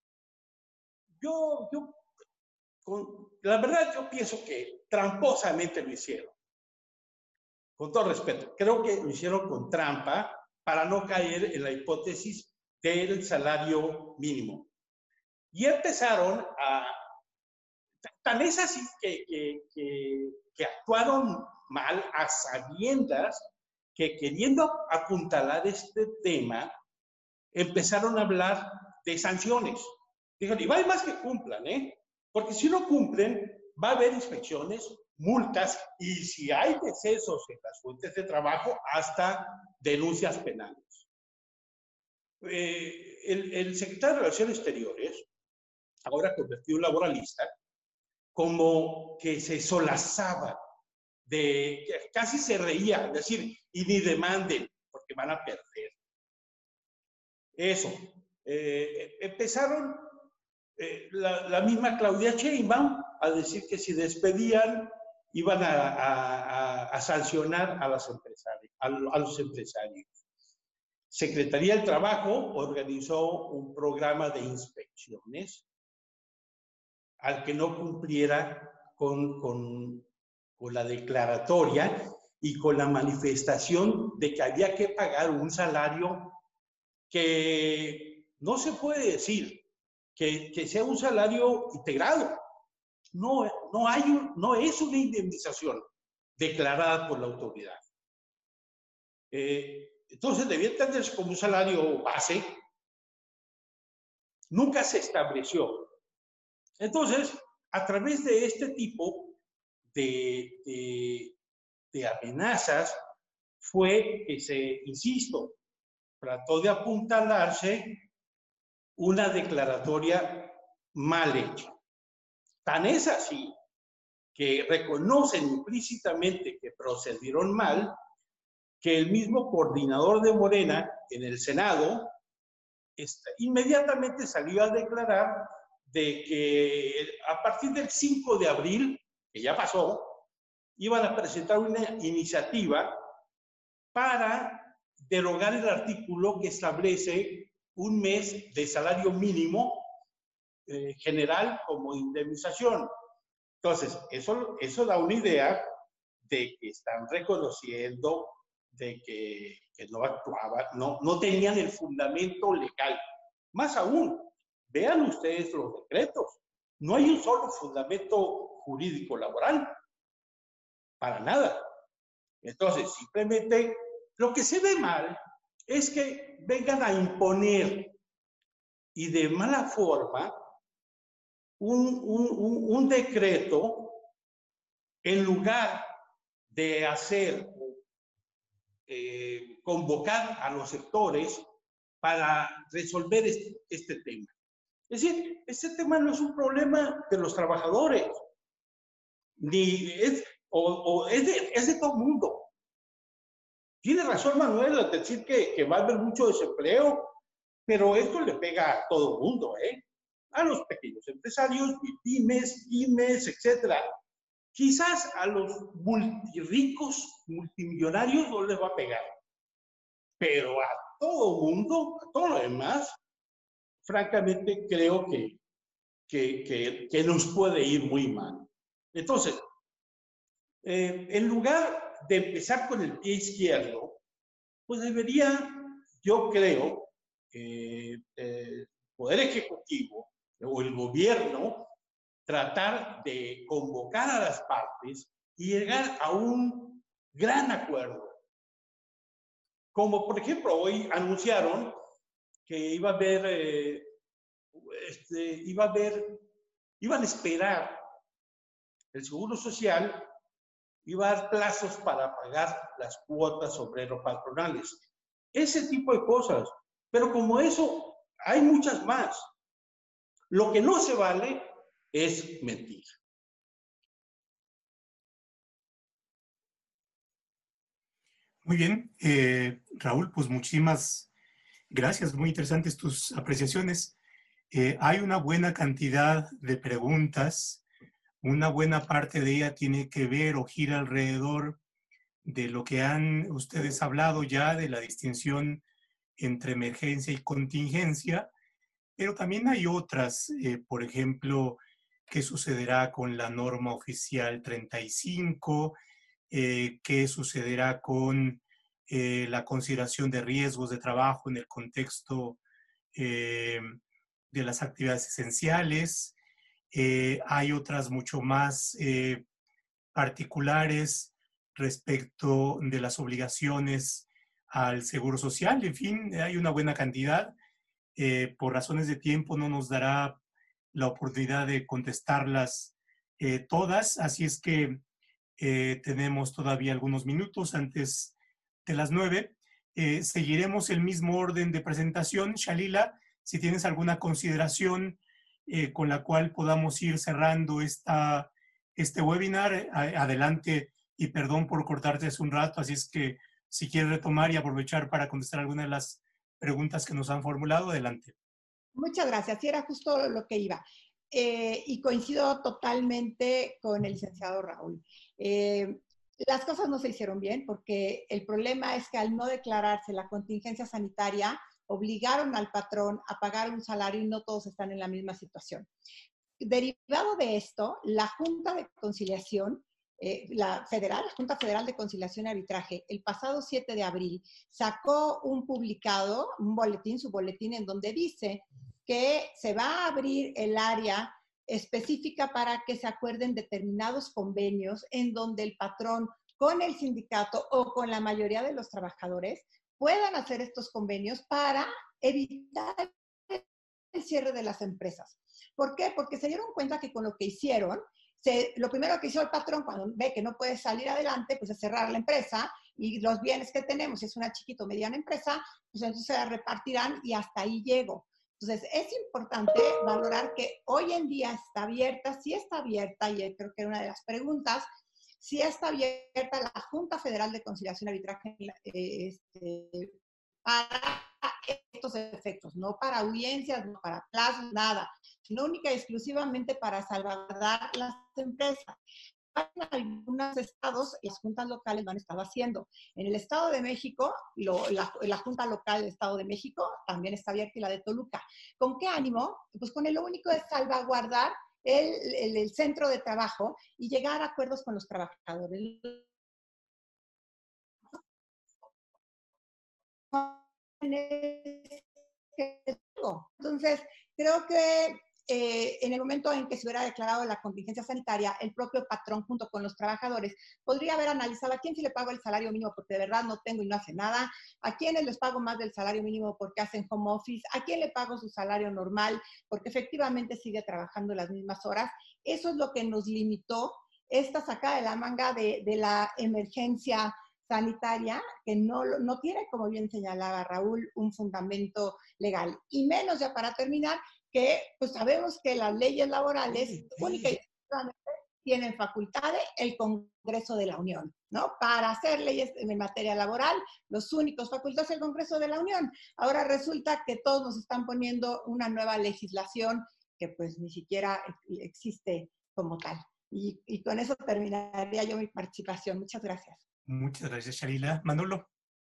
La verdad, yo pienso que tramposamente lo hicieron. Con todo respeto, creo que lo hicieron con trampa para no caer en la hipótesis del salario mínimo. Y empezaron tan es así que actuaron mal a sabiendas que, queriendo apuntalar este tema, empezaron a hablar de sanciones. Dijeron, y vale más que cumplan, porque si no cumplen, va a haber inspecciones, multas, y si hay decesos en las fuentes de trabajo, hasta denuncias penales. El secretario de Relaciones Exteriores, ahora convertido en laboralista, como que se solazaba, casi se reía, es decir, y ni demanden, porque van a perder. Eso. Empezaron la misma Claudia Sheinbaum a decir que si despedían iban a sancionar a los empresarios. Secretaría del Trabajo organizó un programa de inspecciones al que no cumpliera con la declaratoria y con la manifestación de que había que pagar un salario que no se puede decir que sea un salario integrado. No es una indemnización declarada por la autoridad. Entonces, debía entenderse como un salario base. Nunca se estableció. Entonces, a través de este tipo de amenazas, fue que insisto, trató de apuntalarse una declaratoria mal hecha. Tan es así que reconocen implícitamente que procedieron mal que el mismo coordinador de Morena en el Senado inmediatamente salió a declarar de que a partir del 5 de abril, que ya pasó, iban a presentar una iniciativa para derogar el artículo que establece un mes de salario mínimo general como indemnización. Entonces, eso da una idea de que están reconociendo de que no actuaban, no tenían el fundamento legal. Más aún, vean ustedes los decretos. No hay un solo fundamento jurídico laboral. Para nada. Entonces, simplemente lo que se ve mal es que vengan a imponer y de mala forma un decreto en lugar de hacer, convocar a los sectores para resolver este tema. Es decir, este tema no es un problema de los trabajadores, ni es de todo el mundo. Tiene razón Manuel al decir que va a haber mucho desempleo, pero esto le pega a todo el mundo, a los pequeños empresarios, pymes, etcétera. Quizás a los multirricos, multimillonarios no les va a pegar, pero a todo el mundo, a todo lo demás, francamente creo que nos puede ir muy mal. Entonces, en lugar de empezar con el pie izquierdo, pues debería, yo creo, el Poder Ejecutivo o el gobierno tratar de convocar a las partes y llegar a un gran acuerdo. Como por ejemplo, hoy anunciaron que iban a esperar el Seguro Social, iba a dar plazos para pagar las cuotas obrero-patronales. Ese tipo de cosas. Pero como eso, hay muchas más. Lo que no se vale es mentir. Muy bien, Raúl, pues muchísimas gracias, muy interesantes tus apreciaciones. Hay una buena cantidad de preguntas, una buena parte de ella tiene que ver o gira alrededor de lo que han ustedes hablado ya, de la distinción entre emergencia y contingencia, pero también hay otras, por ejemplo, qué sucederá con la norma oficial 35, qué sucederá con la consideración de riesgos de trabajo en el contexto de las actividades esenciales. Hay otras mucho más particulares respecto de las obligaciones al seguro social. En fin, hay una buena cantidad. Por razones de tiempo no nos dará la oportunidad de contestarlas todas, así es que tenemos todavía algunos minutos antes de las 9. Seguiremos el mismo orden de presentación. Shalila, si tienes alguna consideración con la cual podamos ir cerrando este webinar, adelante, y perdón por cortarte hace un rato, así es que si quieres retomar y aprovechar para contestar algunas de las preguntas que nos han formulado, adelante. Muchas gracias, y era justo lo que iba. Y coincido totalmente con el licenciado Raúl. Las cosas no se hicieron bien porque el problema es que al no declararse la contingencia sanitaria, obligaron al patrón a pagar un salario y no todos están en la misma situación. Derivado de esto, la Junta de Conciliación, la Junta Federal de Conciliación y Arbitraje, el pasado 7 de abril, sacó un publicado, un boletín, su boletín, en donde dice que se va a abrir el área específica para que se acuerden determinados convenios en donde el patrón con el sindicato o con la mayoría de los trabajadores puedan hacer estos convenios para evitar el cierre de las empresas. ¿Por qué? Porque se dieron cuenta que con lo que hicieron, lo primero que hizo el patrón cuando ve que no puede salir adelante, pues es cerrar la empresa y los bienes que tenemos, si es una chiquita o mediana empresa, pues entonces se la repartirán y hasta ahí llego. Entonces, es importante valorar que hoy en día está abierta, sí está abierta, y creo que era una de las preguntas, sí está abierta la Junta Federal de Conciliación y Arbitraje para estos efectos, no para audiencias, no para plazos, nada, sino única y exclusivamente para salvaguardar las empresas. En algunos estados, las juntas locales lo han estado haciendo. En el Estado de México, la Junta Local del Estado de México también está abierta, y la de Toluca. ¿Con qué ánimo? Pues con el único de salvaguardar el centro de trabajo y llegar a acuerdos con los trabajadores. Entonces, creo que en el momento en que se hubiera declarado la contingencia sanitaria, el propio patrón junto con los trabajadores podría haber analizado a quién sí le pago el salario mínimo porque de verdad no tengo y no hace nada, a quiénes les pago más del salario mínimo porque hacen home office, a quién le pago su salario normal porque efectivamente sigue trabajando las mismas horas. Eso es lo que nos limitó esta sacada de la manga de la emergencia sanitaria, que no tiene, como bien señalaba Raúl, un fundamento legal. Y menos, ya para terminar, que pues sabemos que las leyes laborales única y exclusivamente tienen facultades el Congreso de la Unión, ¿no? Para hacer leyes en materia laboral, los únicos facultades del Congreso de la Unión. Ahora resulta que todos nos están poniendo una nueva legislación que pues ni siquiera existe como tal. Y con eso terminaría yo mi participación. Muchas gracias. Muchas gracias, Sharila. Manolo.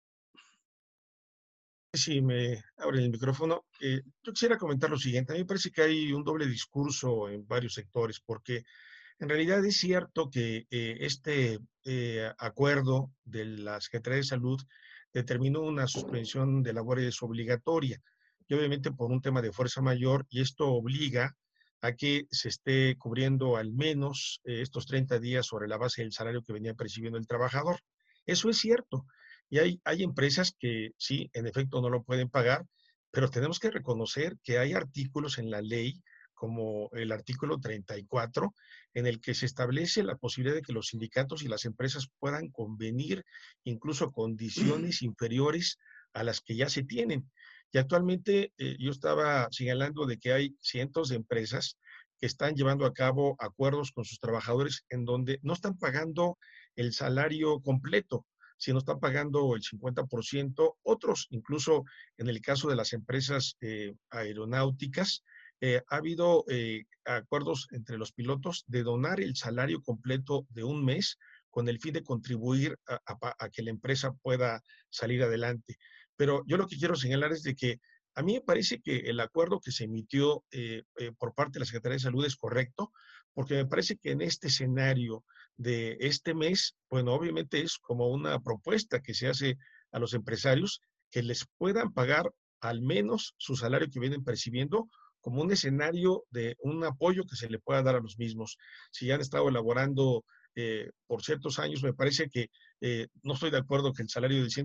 Si me abren el micrófono, yo quisiera comentar lo siguiente. A mí me parece que hay un doble discurso en varios sectores, porque en realidad es cierto que este acuerdo de la Secretaría de Salud determinó una suspensión de labores obligatoria, y obviamente por un tema de fuerza mayor, y esto obliga a que se esté cubriendo al menos estos 30 días sobre la base del salario que venía percibiendo el trabajador. Eso es cierto. Y hay empresas que sí, en efecto, no lo pueden pagar, pero tenemos que reconocer que hay artículos en la ley, como el artículo 34, en el que se establece la posibilidad de que los sindicatos y las empresas puedan convenir incluso condiciones inferiores a las que ya se tienen. Y actualmente yo estaba señalando de que hay cientos de empresas que están llevando a cabo acuerdos con sus trabajadores en donde no están pagando el salario completo, sino están pagando el 50%. Otros, incluso en el caso de las empresas aeronáuticas, ha habido acuerdos entre los pilotos de donar el salario completo de un mes con el fin de contribuir a que la empresa pueda salir adelante. Pero yo lo que quiero señalar es de que a mí me parece que el acuerdo que se emitió por parte de la Secretaría de Salud es correcto, porque me parece que en este escenario de este mes, bueno, obviamente es como una propuesta que se hace a los empresarios que les puedan pagar al menos su salario que vienen percibiendo, como un escenario de un apoyo que se le pueda dar a los mismos. Si ya han estado elaborando por ciertos años, me parece que no estoy de acuerdo que el salario del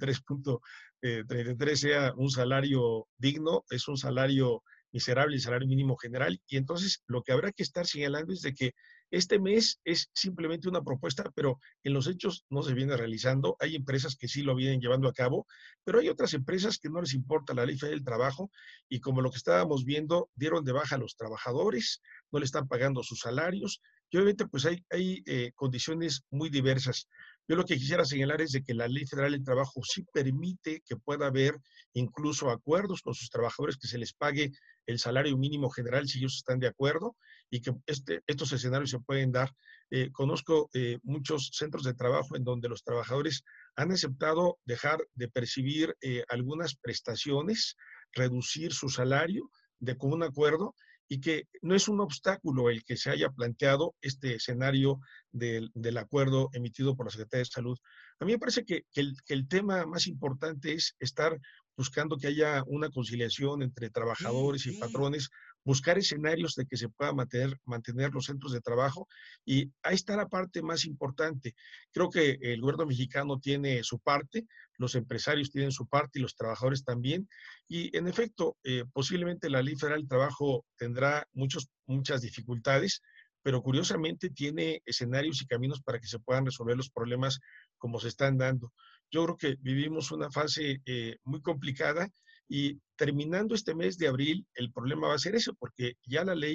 123.33 sea un salario digno, es un salario miserable, el salario mínimo general, y entonces lo que habrá que estar señalando es de que este mes es simplemente una propuesta, pero en los hechos no se viene realizando. Hay empresas que sí lo vienen llevando a cabo, pero hay otras empresas que no les importa la ley federal del trabajo, y como lo que estábamos viendo, dieron de baja a los trabajadores, no le están pagando sus salarios, y obviamente pues hay condiciones muy diversas. Yo lo que quisiera señalar es de que la Ley Federal del Trabajo sí permite que pueda haber incluso acuerdos con sus trabajadores, que se les pague el salario mínimo general si ellos están de acuerdo, y que estos escenarios se pueden dar. Conozco muchos centros de trabajo en donde los trabajadores han aceptado dejar de percibir algunas prestaciones, reducir su salario de común acuerdo, y que no es un obstáculo el que se haya planteado este escenario del acuerdo emitido por la Secretaría de Salud. A mí me parece que el tema más importante es estar buscando que haya una conciliación entre trabajadores y patrones, buscar escenarios de que se pueda mantener los centros de trabajo, y ahí está la parte más importante. Creo que el gobierno mexicano tiene su parte, los empresarios tienen su parte y los trabajadores también, y en efecto, posiblemente la Ley Federal del Trabajo tendrá muchas dificultades, pero curiosamente tiene escenarios y caminos para que se puedan resolver los problemas como se están dando. Yo creo que vivimos una fase muy complicada, y terminando este mes de abril, el problema va a ser eso, porque ya la ley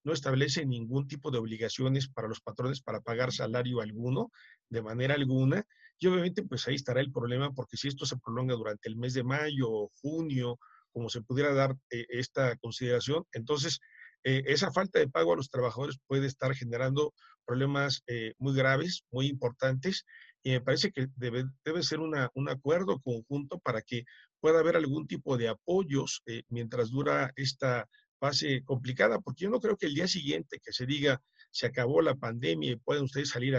no establece ningún tipo de obligaciones para los patrones para pagar salario alguno, de manera alguna, y obviamente pues ahí estará el problema, porque si esto se prolonga durante el mes de mayo o junio, como se pudiera dar esta consideración, entonces esa falta de pago a los trabajadores puede estar generando problemas muy graves, muy importantes, y me parece que debe ser un acuerdo conjunto para que pueda haber algún tipo de apoyos mientras dura esta fase complicada, porque yo no creo que el día siguiente que se diga se acabó la pandemia y pueden ustedes salir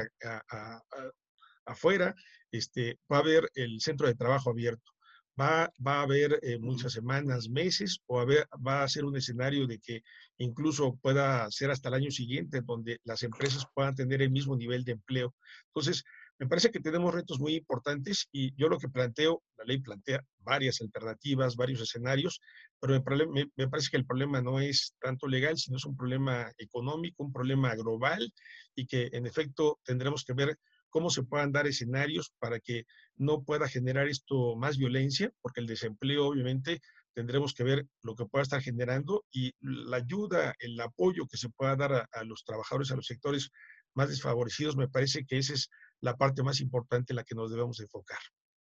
afuera, va a haber el centro de trabajo abierto. Va a haber muchas semanas, meses, o va a ser un escenario de que incluso pueda ser hasta el año siguiente, donde las empresas puedan tener el mismo nivel de empleo. Entonces, me parece que tenemos retos muy importantes y yo lo que planteo, la ley plantea varias alternativas, varios escenarios, pero me parece que el problema no es tanto legal, sino es un problema económico, un problema global, y que en efecto tendremos que ver cómo se puedan dar escenarios para que no pueda generar esto más violencia, porque el desempleo obviamente tendremos que ver lo que pueda estar generando, y la ayuda, el apoyo que se pueda dar a los trabajadores, a los sectores más desfavorecidos. Me parece que esa es la parte más importante en la que nos debemos enfocar.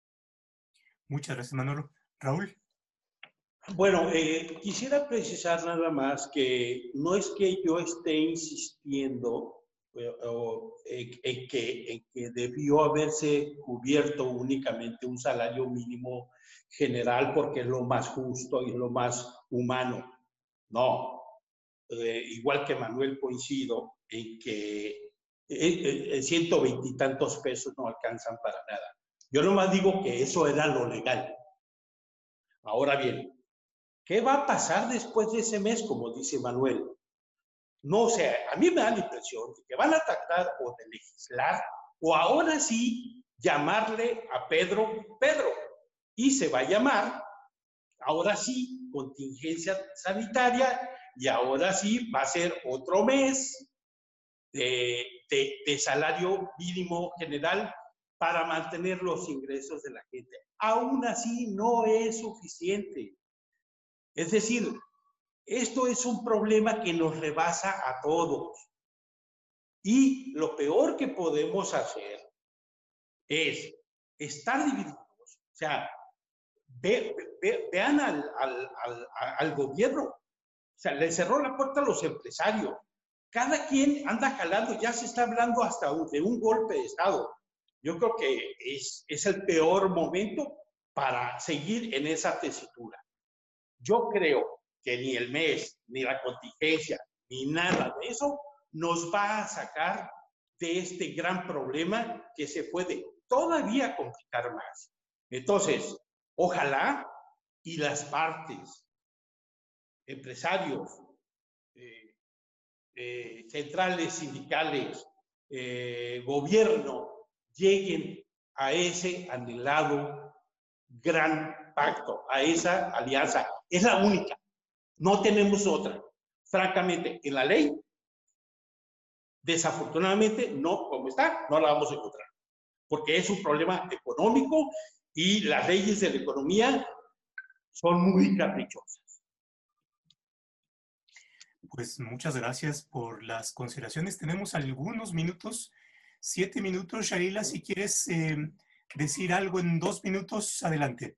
Muchas gracias, Manolo. Raúl. Bueno, quisiera precisar nada más que no es que yo esté insistiendo en que debió haberse cubierto únicamente un salario mínimo general porque es lo más justo y es lo más humano. No, igual que Manuel, coincido en que 120 y tantos pesos no alcanzan para nada. Yo nomás digo que eso era lo legal. Ahora bien, ¿qué va a pasar después de ese mes, como dice Manuel? No, o sea, a mí me da la impresión de que van a tratar o de legislar o ahora sí llamarle a Pedro, y se va a llamar, ahora sí, contingencia sanitaria, y ahora sí va a ser otro mes de salario mínimo general para mantener los ingresos de la gente. Aún así no es suficiente. Es decir, esto es un problema que nos rebasa a todos. Y lo peor que podemos hacer es estar divididos. O sea, vean al gobierno. O sea, le cerró la puerta a los empresarios. Cada quien anda jalando, ya se está hablando hasta de un golpe de Estado. Yo creo que es el peor momento para seguir en esa tesitura. Yo creo que ni el mes, ni la contingencia, ni nada de eso nos va a sacar de este gran problema que se puede todavía complicar más. Entonces, ojalá y las partes, empresarios, centrales sindicales, gobierno, lleguen a ese anhelado gran pacto, a esa alianza. Es la única. No tenemos otra. Francamente, en la ley, desafortunadamente, no, como está, no la vamos a encontrar. Porque es un problema económico y las leyes de la economía son muy caprichosas. Pues muchas gracias por las consideraciones. Tenemos algunos minutos, 7 minutos. Sharila, si quieres decir algo en 2 minutos, adelante.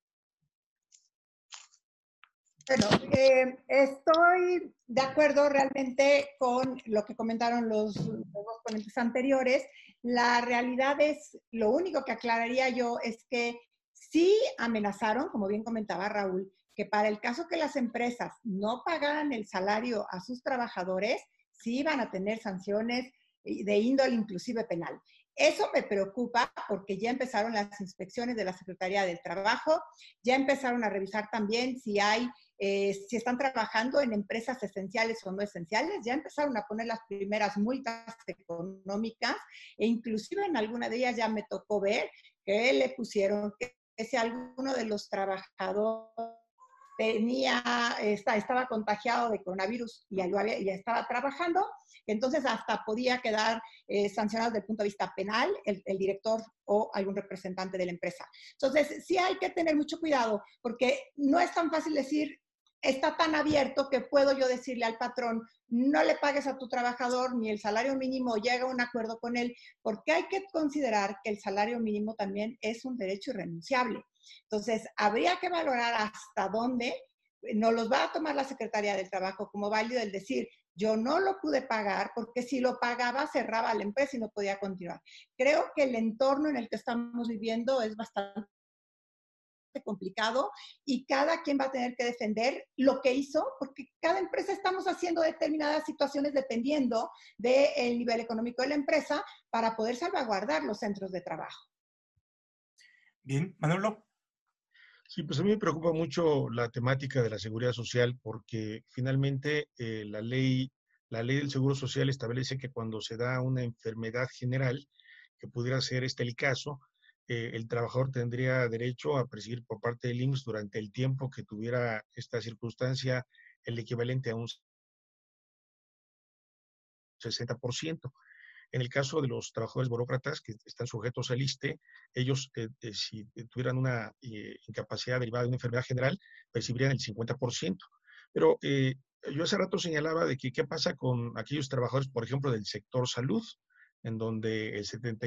Bueno, estoy de acuerdo realmente con lo que comentaron los dos ponentes anteriores. La realidad es, lo único que aclararía yo es que sí amenazaron, como bien comentaba Raúl, que para el caso que las empresas no pagaran el salario a sus trabajadores, sí iban a tener sanciones de índole inclusive penal. Eso me preocupa porque ya empezaron las inspecciones de la Secretaría del Trabajo, ya empezaron a revisar también si están trabajando en empresas esenciales o no esenciales, ya empezaron a poner las primeras multas económicas e inclusive en alguna de ellas ya me tocó ver que le pusieron que si alguno de los trabajadores estaba contagiado de coronavirus y ya estaba trabajando, entonces hasta podía quedar sancionado desde el punto de vista penal el director o algún representante de la empresa. Entonces, sí hay que tener mucho cuidado, porque no es tan fácil decir, está tan abierto que puedo yo decirle al patrón, no le pagues a tu trabajador ni el salario mínimo, llega a un acuerdo con él, porque hay que considerar que el salario mínimo también es un derecho irrenunciable. Entonces, habría que valorar hasta dónde nos los va a tomar la Secretaría del Trabajo como válido el decir, yo no lo pude pagar porque si lo pagaba cerraba la empresa y no podía continuar. Creo que el entorno en el que estamos viviendo es bastante complicado y cada quien va a tener que defender lo que hizo, porque cada empresa estamos haciendo determinadas situaciones dependiendo del nivel económico de la empresa para poder salvaguardar los centros de trabajo. Bien, Manolo. Sí, pues a mí me preocupa mucho la temática de la seguridad social porque finalmente la ley del Seguro Social establece que cuando se da una enfermedad general, que pudiera ser el caso, el trabajador tendría derecho a percibir por parte del IMSS durante el tiempo que tuviera esta circunstancia el equivalente a un 60%. En el caso de los trabajadores burócratas que están sujetos al ISSSTE, ellos, si tuvieran una incapacidad derivada de una enfermedad general, percibirían el 50%. Pero yo hace rato señalaba de que qué pasa con aquellos trabajadores, por ejemplo, del sector salud, en donde el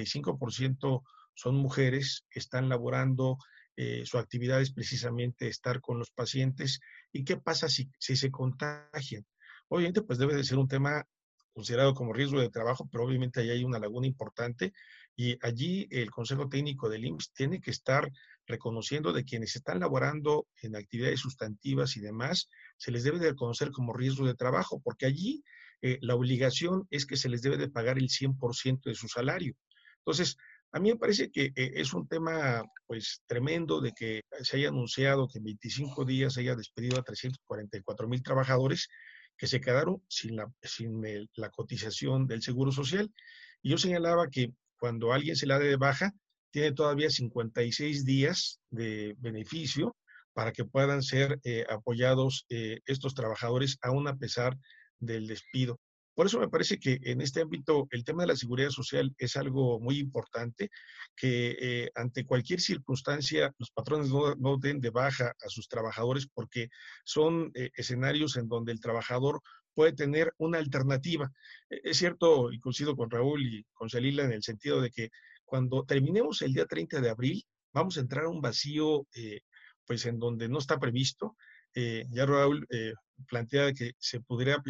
75% son mujeres que están laborando, su actividad es precisamente estar con los pacientes. ¿Y qué pasa si se contagian? Obviamente, pues debe de ser un tema considerado como riesgo de trabajo, pero obviamente ahí hay una laguna importante y allí el Consejo Técnico del IMSS tiene que estar reconociendo de quienes están laborando en actividades sustantivas y demás, se les debe de reconocer como riesgo de trabajo, porque allí la obligación es que se les debe de pagar el 100% de su salario. Entonces, a mí me parece que es un tema pues tremendo de que se haya anunciado que en 25 días se haya despedido a 344,000 trabajadores que se quedaron sin la cotización del Seguro Social. Y yo señalaba que cuando alguien se la dé de baja, tiene todavía 56 días de beneficio para que puedan ser apoyados estos trabajadores aún a pesar del despido. Por eso me parece que en este ámbito el tema de la seguridad social es algo muy importante, que ante cualquier circunstancia los patrones no den de baja a sus trabajadores porque son escenarios en donde el trabajador puede tener una alternativa. Es cierto, y coincido con Raúl y con Celila en el sentido de que cuando terminemos el día 30 de abril, vamos a entrar a un vacío pues en donde no está previsto. Ya Raúl plantea que se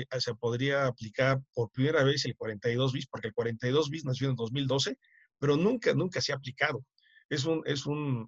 podría aplicar por primera vez el 42 bis, porque el 42 bis nació en 2012, pero nunca se ha aplicado. Es un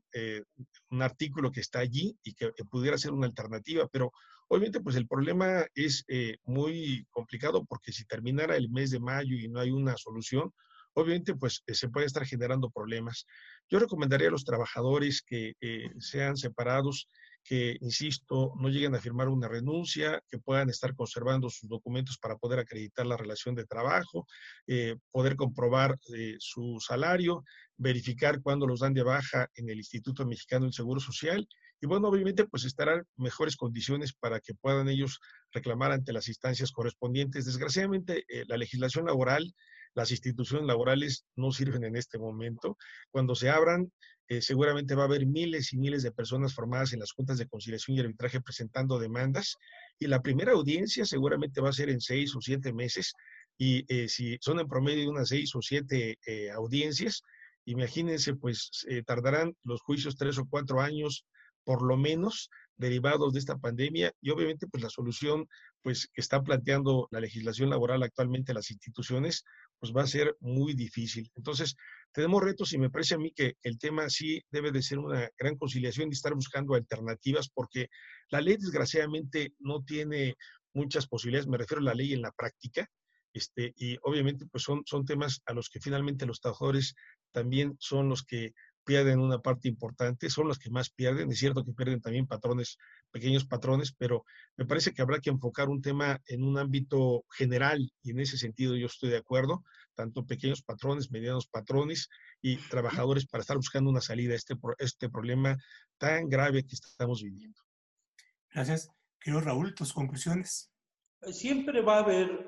artículo que está allí y que pudiera ser una alternativa, pero obviamente pues el problema es muy complicado porque si terminara el mes de mayo y no hay una solución, obviamente pues se puede estar generando problemas. Yo recomendaría a los trabajadores que sean separados, que, insisto, no lleguen a firmar una renuncia, que puedan estar conservando sus documentos para poder acreditar la relación de trabajo, poder comprobar su salario, verificar cuándo los dan de baja en el Instituto Mexicano del Seguro Social y bueno, obviamente pues estarán mejores condiciones para que puedan ellos reclamar ante las instancias correspondientes. Desgraciadamente, la legislación laboral, las instituciones laborales no sirven en este momento. Cuando se abran, seguramente va a haber miles y miles de personas formadas en las juntas de conciliación y arbitraje presentando demandas y la primera audiencia seguramente va a ser en 6 o 7 meses y si son en promedio unas 6 o 7 audiencias, imagínense, pues tardarán los juicios 3 o 4 años por lo menos derivados de esta pandemia y obviamente pues la solución pues que está planteando la legislación laboral actualmente las instituciones pues va a ser muy difícil. Entonces tenemos retos y me parece a mí que el tema sí debe de ser una gran conciliación y estar buscando alternativas porque la ley desgraciadamente no tiene muchas posibilidades, me refiero a la ley en la práctica, y obviamente pues son temas a los que finalmente los trabajadores también son los que pierden una parte importante, son los que más pierden, es cierto que pierden también patrones, pequeños patrones, pero me parece que habrá que enfocar un tema en un ámbito general y en ese sentido yo estoy de acuerdo, tanto pequeños patrones, medianos patrones y trabajadores para estar buscando una salida a este problema tan grave que estamos viviendo. Gracias. Querido Raúl, tus conclusiones. Siempre va a haber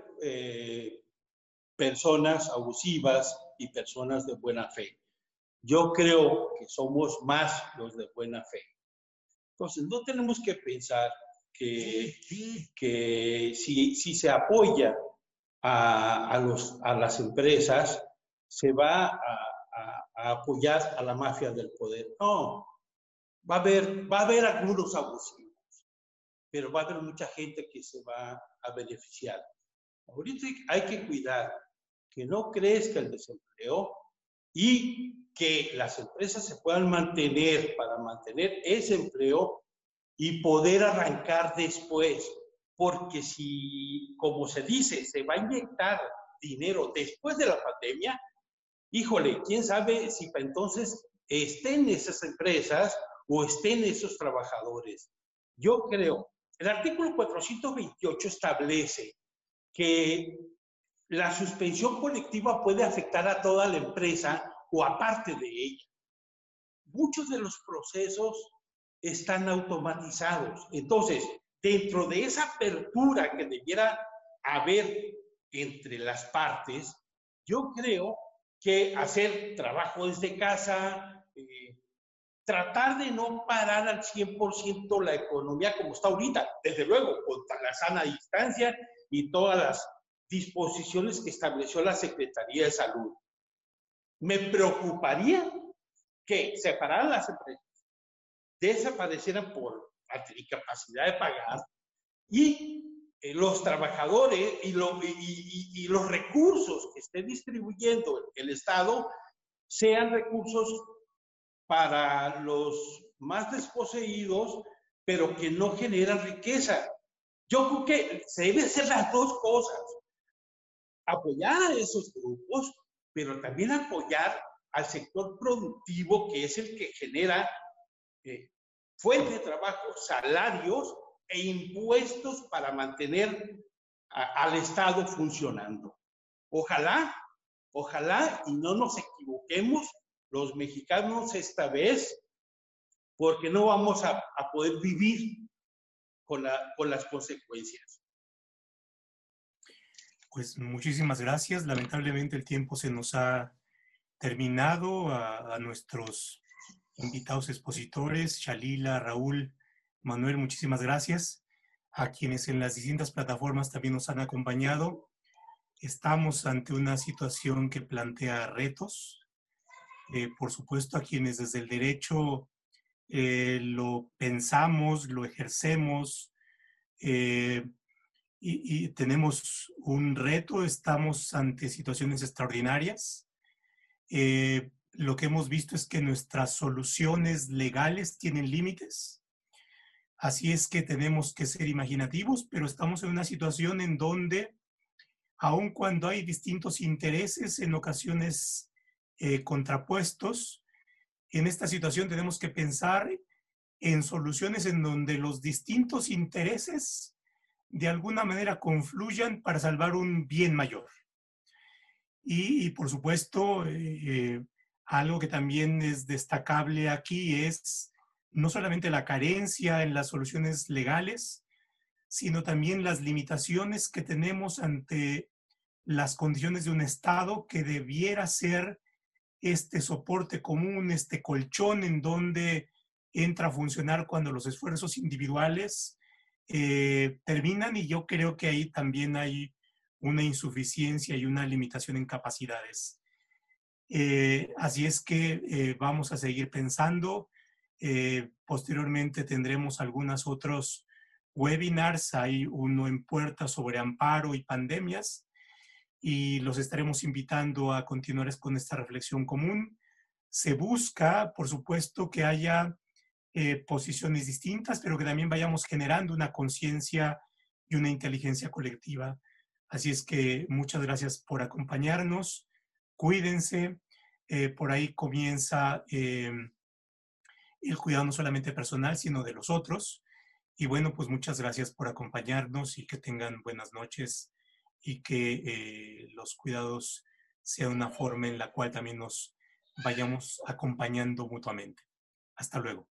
personas abusivas y personas de buena fe. Yo creo que somos más los de buena fe. Entonces, no tenemos que pensar que si se apoya a las empresas, se va a apoyar a la mafia del poder. No, va a haber algunos abusivos, pero va a haber mucha gente que se va a beneficiar. Ahorita hay que cuidar que no crezca el desempleo y que las empresas se puedan mantener para mantener ese empleo y poder arrancar después. Porque si, como se dice, se va a inyectar dinero después de la pandemia, híjole, quién sabe si para entonces estén esas empresas o estén esos trabajadores. Yo creo, el artículo 428 establece que la suspensión colectiva puede afectar a toda la empresa o a parte de ella. Muchos de los procesos están automatizados. Entonces, dentro de esa apertura que debiera haber entre las partes, yo creo que hacer trabajo desde casa, tratar de no parar al 100% la economía como está ahorita, desde luego, con la sana distancia y todas las disposiciones que estableció la Secretaría de Salud. Me preocuparía que separaran las empresas, desaparecieran por incapacidad de pagar y los trabajadores y los recursos que esté distribuyendo el Estado sean recursos para los más desposeídos, pero que no generan riqueza. Yo creo que se deben hacer las dos cosas. Apoyar a esos grupos, pero también apoyar al sector productivo, que es el que genera fuente de trabajo, salarios e impuestos para mantener al Estado funcionando. Ojalá y no nos equivoquemos los mexicanos esta vez, porque no vamos a poder vivir con las consecuencias. Pues muchísimas gracias. Lamentablemente el tiempo se nos ha terminado. A nuestros invitados expositores, Shalila, Raúl, Manuel, muchísimas gracias. A quienes en las distintas plataformas también nos han acompañado. Estamos ante una situación que plantea retos. Por supuesto, a quienes desde el derecho lo pensamos, lo ejercemos, y tenemos un reto, estamos ante situaciones extraordinarias. Lo que hemos visto es que nuestras soluciones legales tienen límites. Así es que tenemos que ser imaginativos, pero estamos en una situación en donde, aun cuando hay distintos intereses, en ocasiones contrapuestos, en esta situación tenemos que pensar en soluciones en donde los distintos intereses de alguna manera confluyan para salvar un bien mayor. Y por supuesto, algo que también es destacable aquí es no solamente la carencia en las soluciones legales, sino también las limitaciones que tenemos ante las condiciones de un Estado que debiera ser este soporte común, este colchón en donde entra a funcionar cuando los esfuerzos individuales terminan, y yo creo que ahí también hay una insuficiencia y una limitación en capacidades. Así es que vamos a seguir pensando. Posteriormente tendremos algunos otros webinars. Hay uno en puerta sobre amparo y pandemias, y los estaremos invitando a continuar con esta reflexión común. Se busca, por supuesto, que haya posiciones distintas, pero que también vayamos generando una conciencia y una inteligencia colectiva. Así es que muchas gracias por acompañarnos. Cuídense. Por ahí comienza el cuidado no solamente personal, sino de los otros. Y bueno, pues muchas gracias por acompañarnos y que tengan buenas noches, y que los cuidados sean una forma en la cual también nos vayamos acompañando mutuamente. Hasta luego.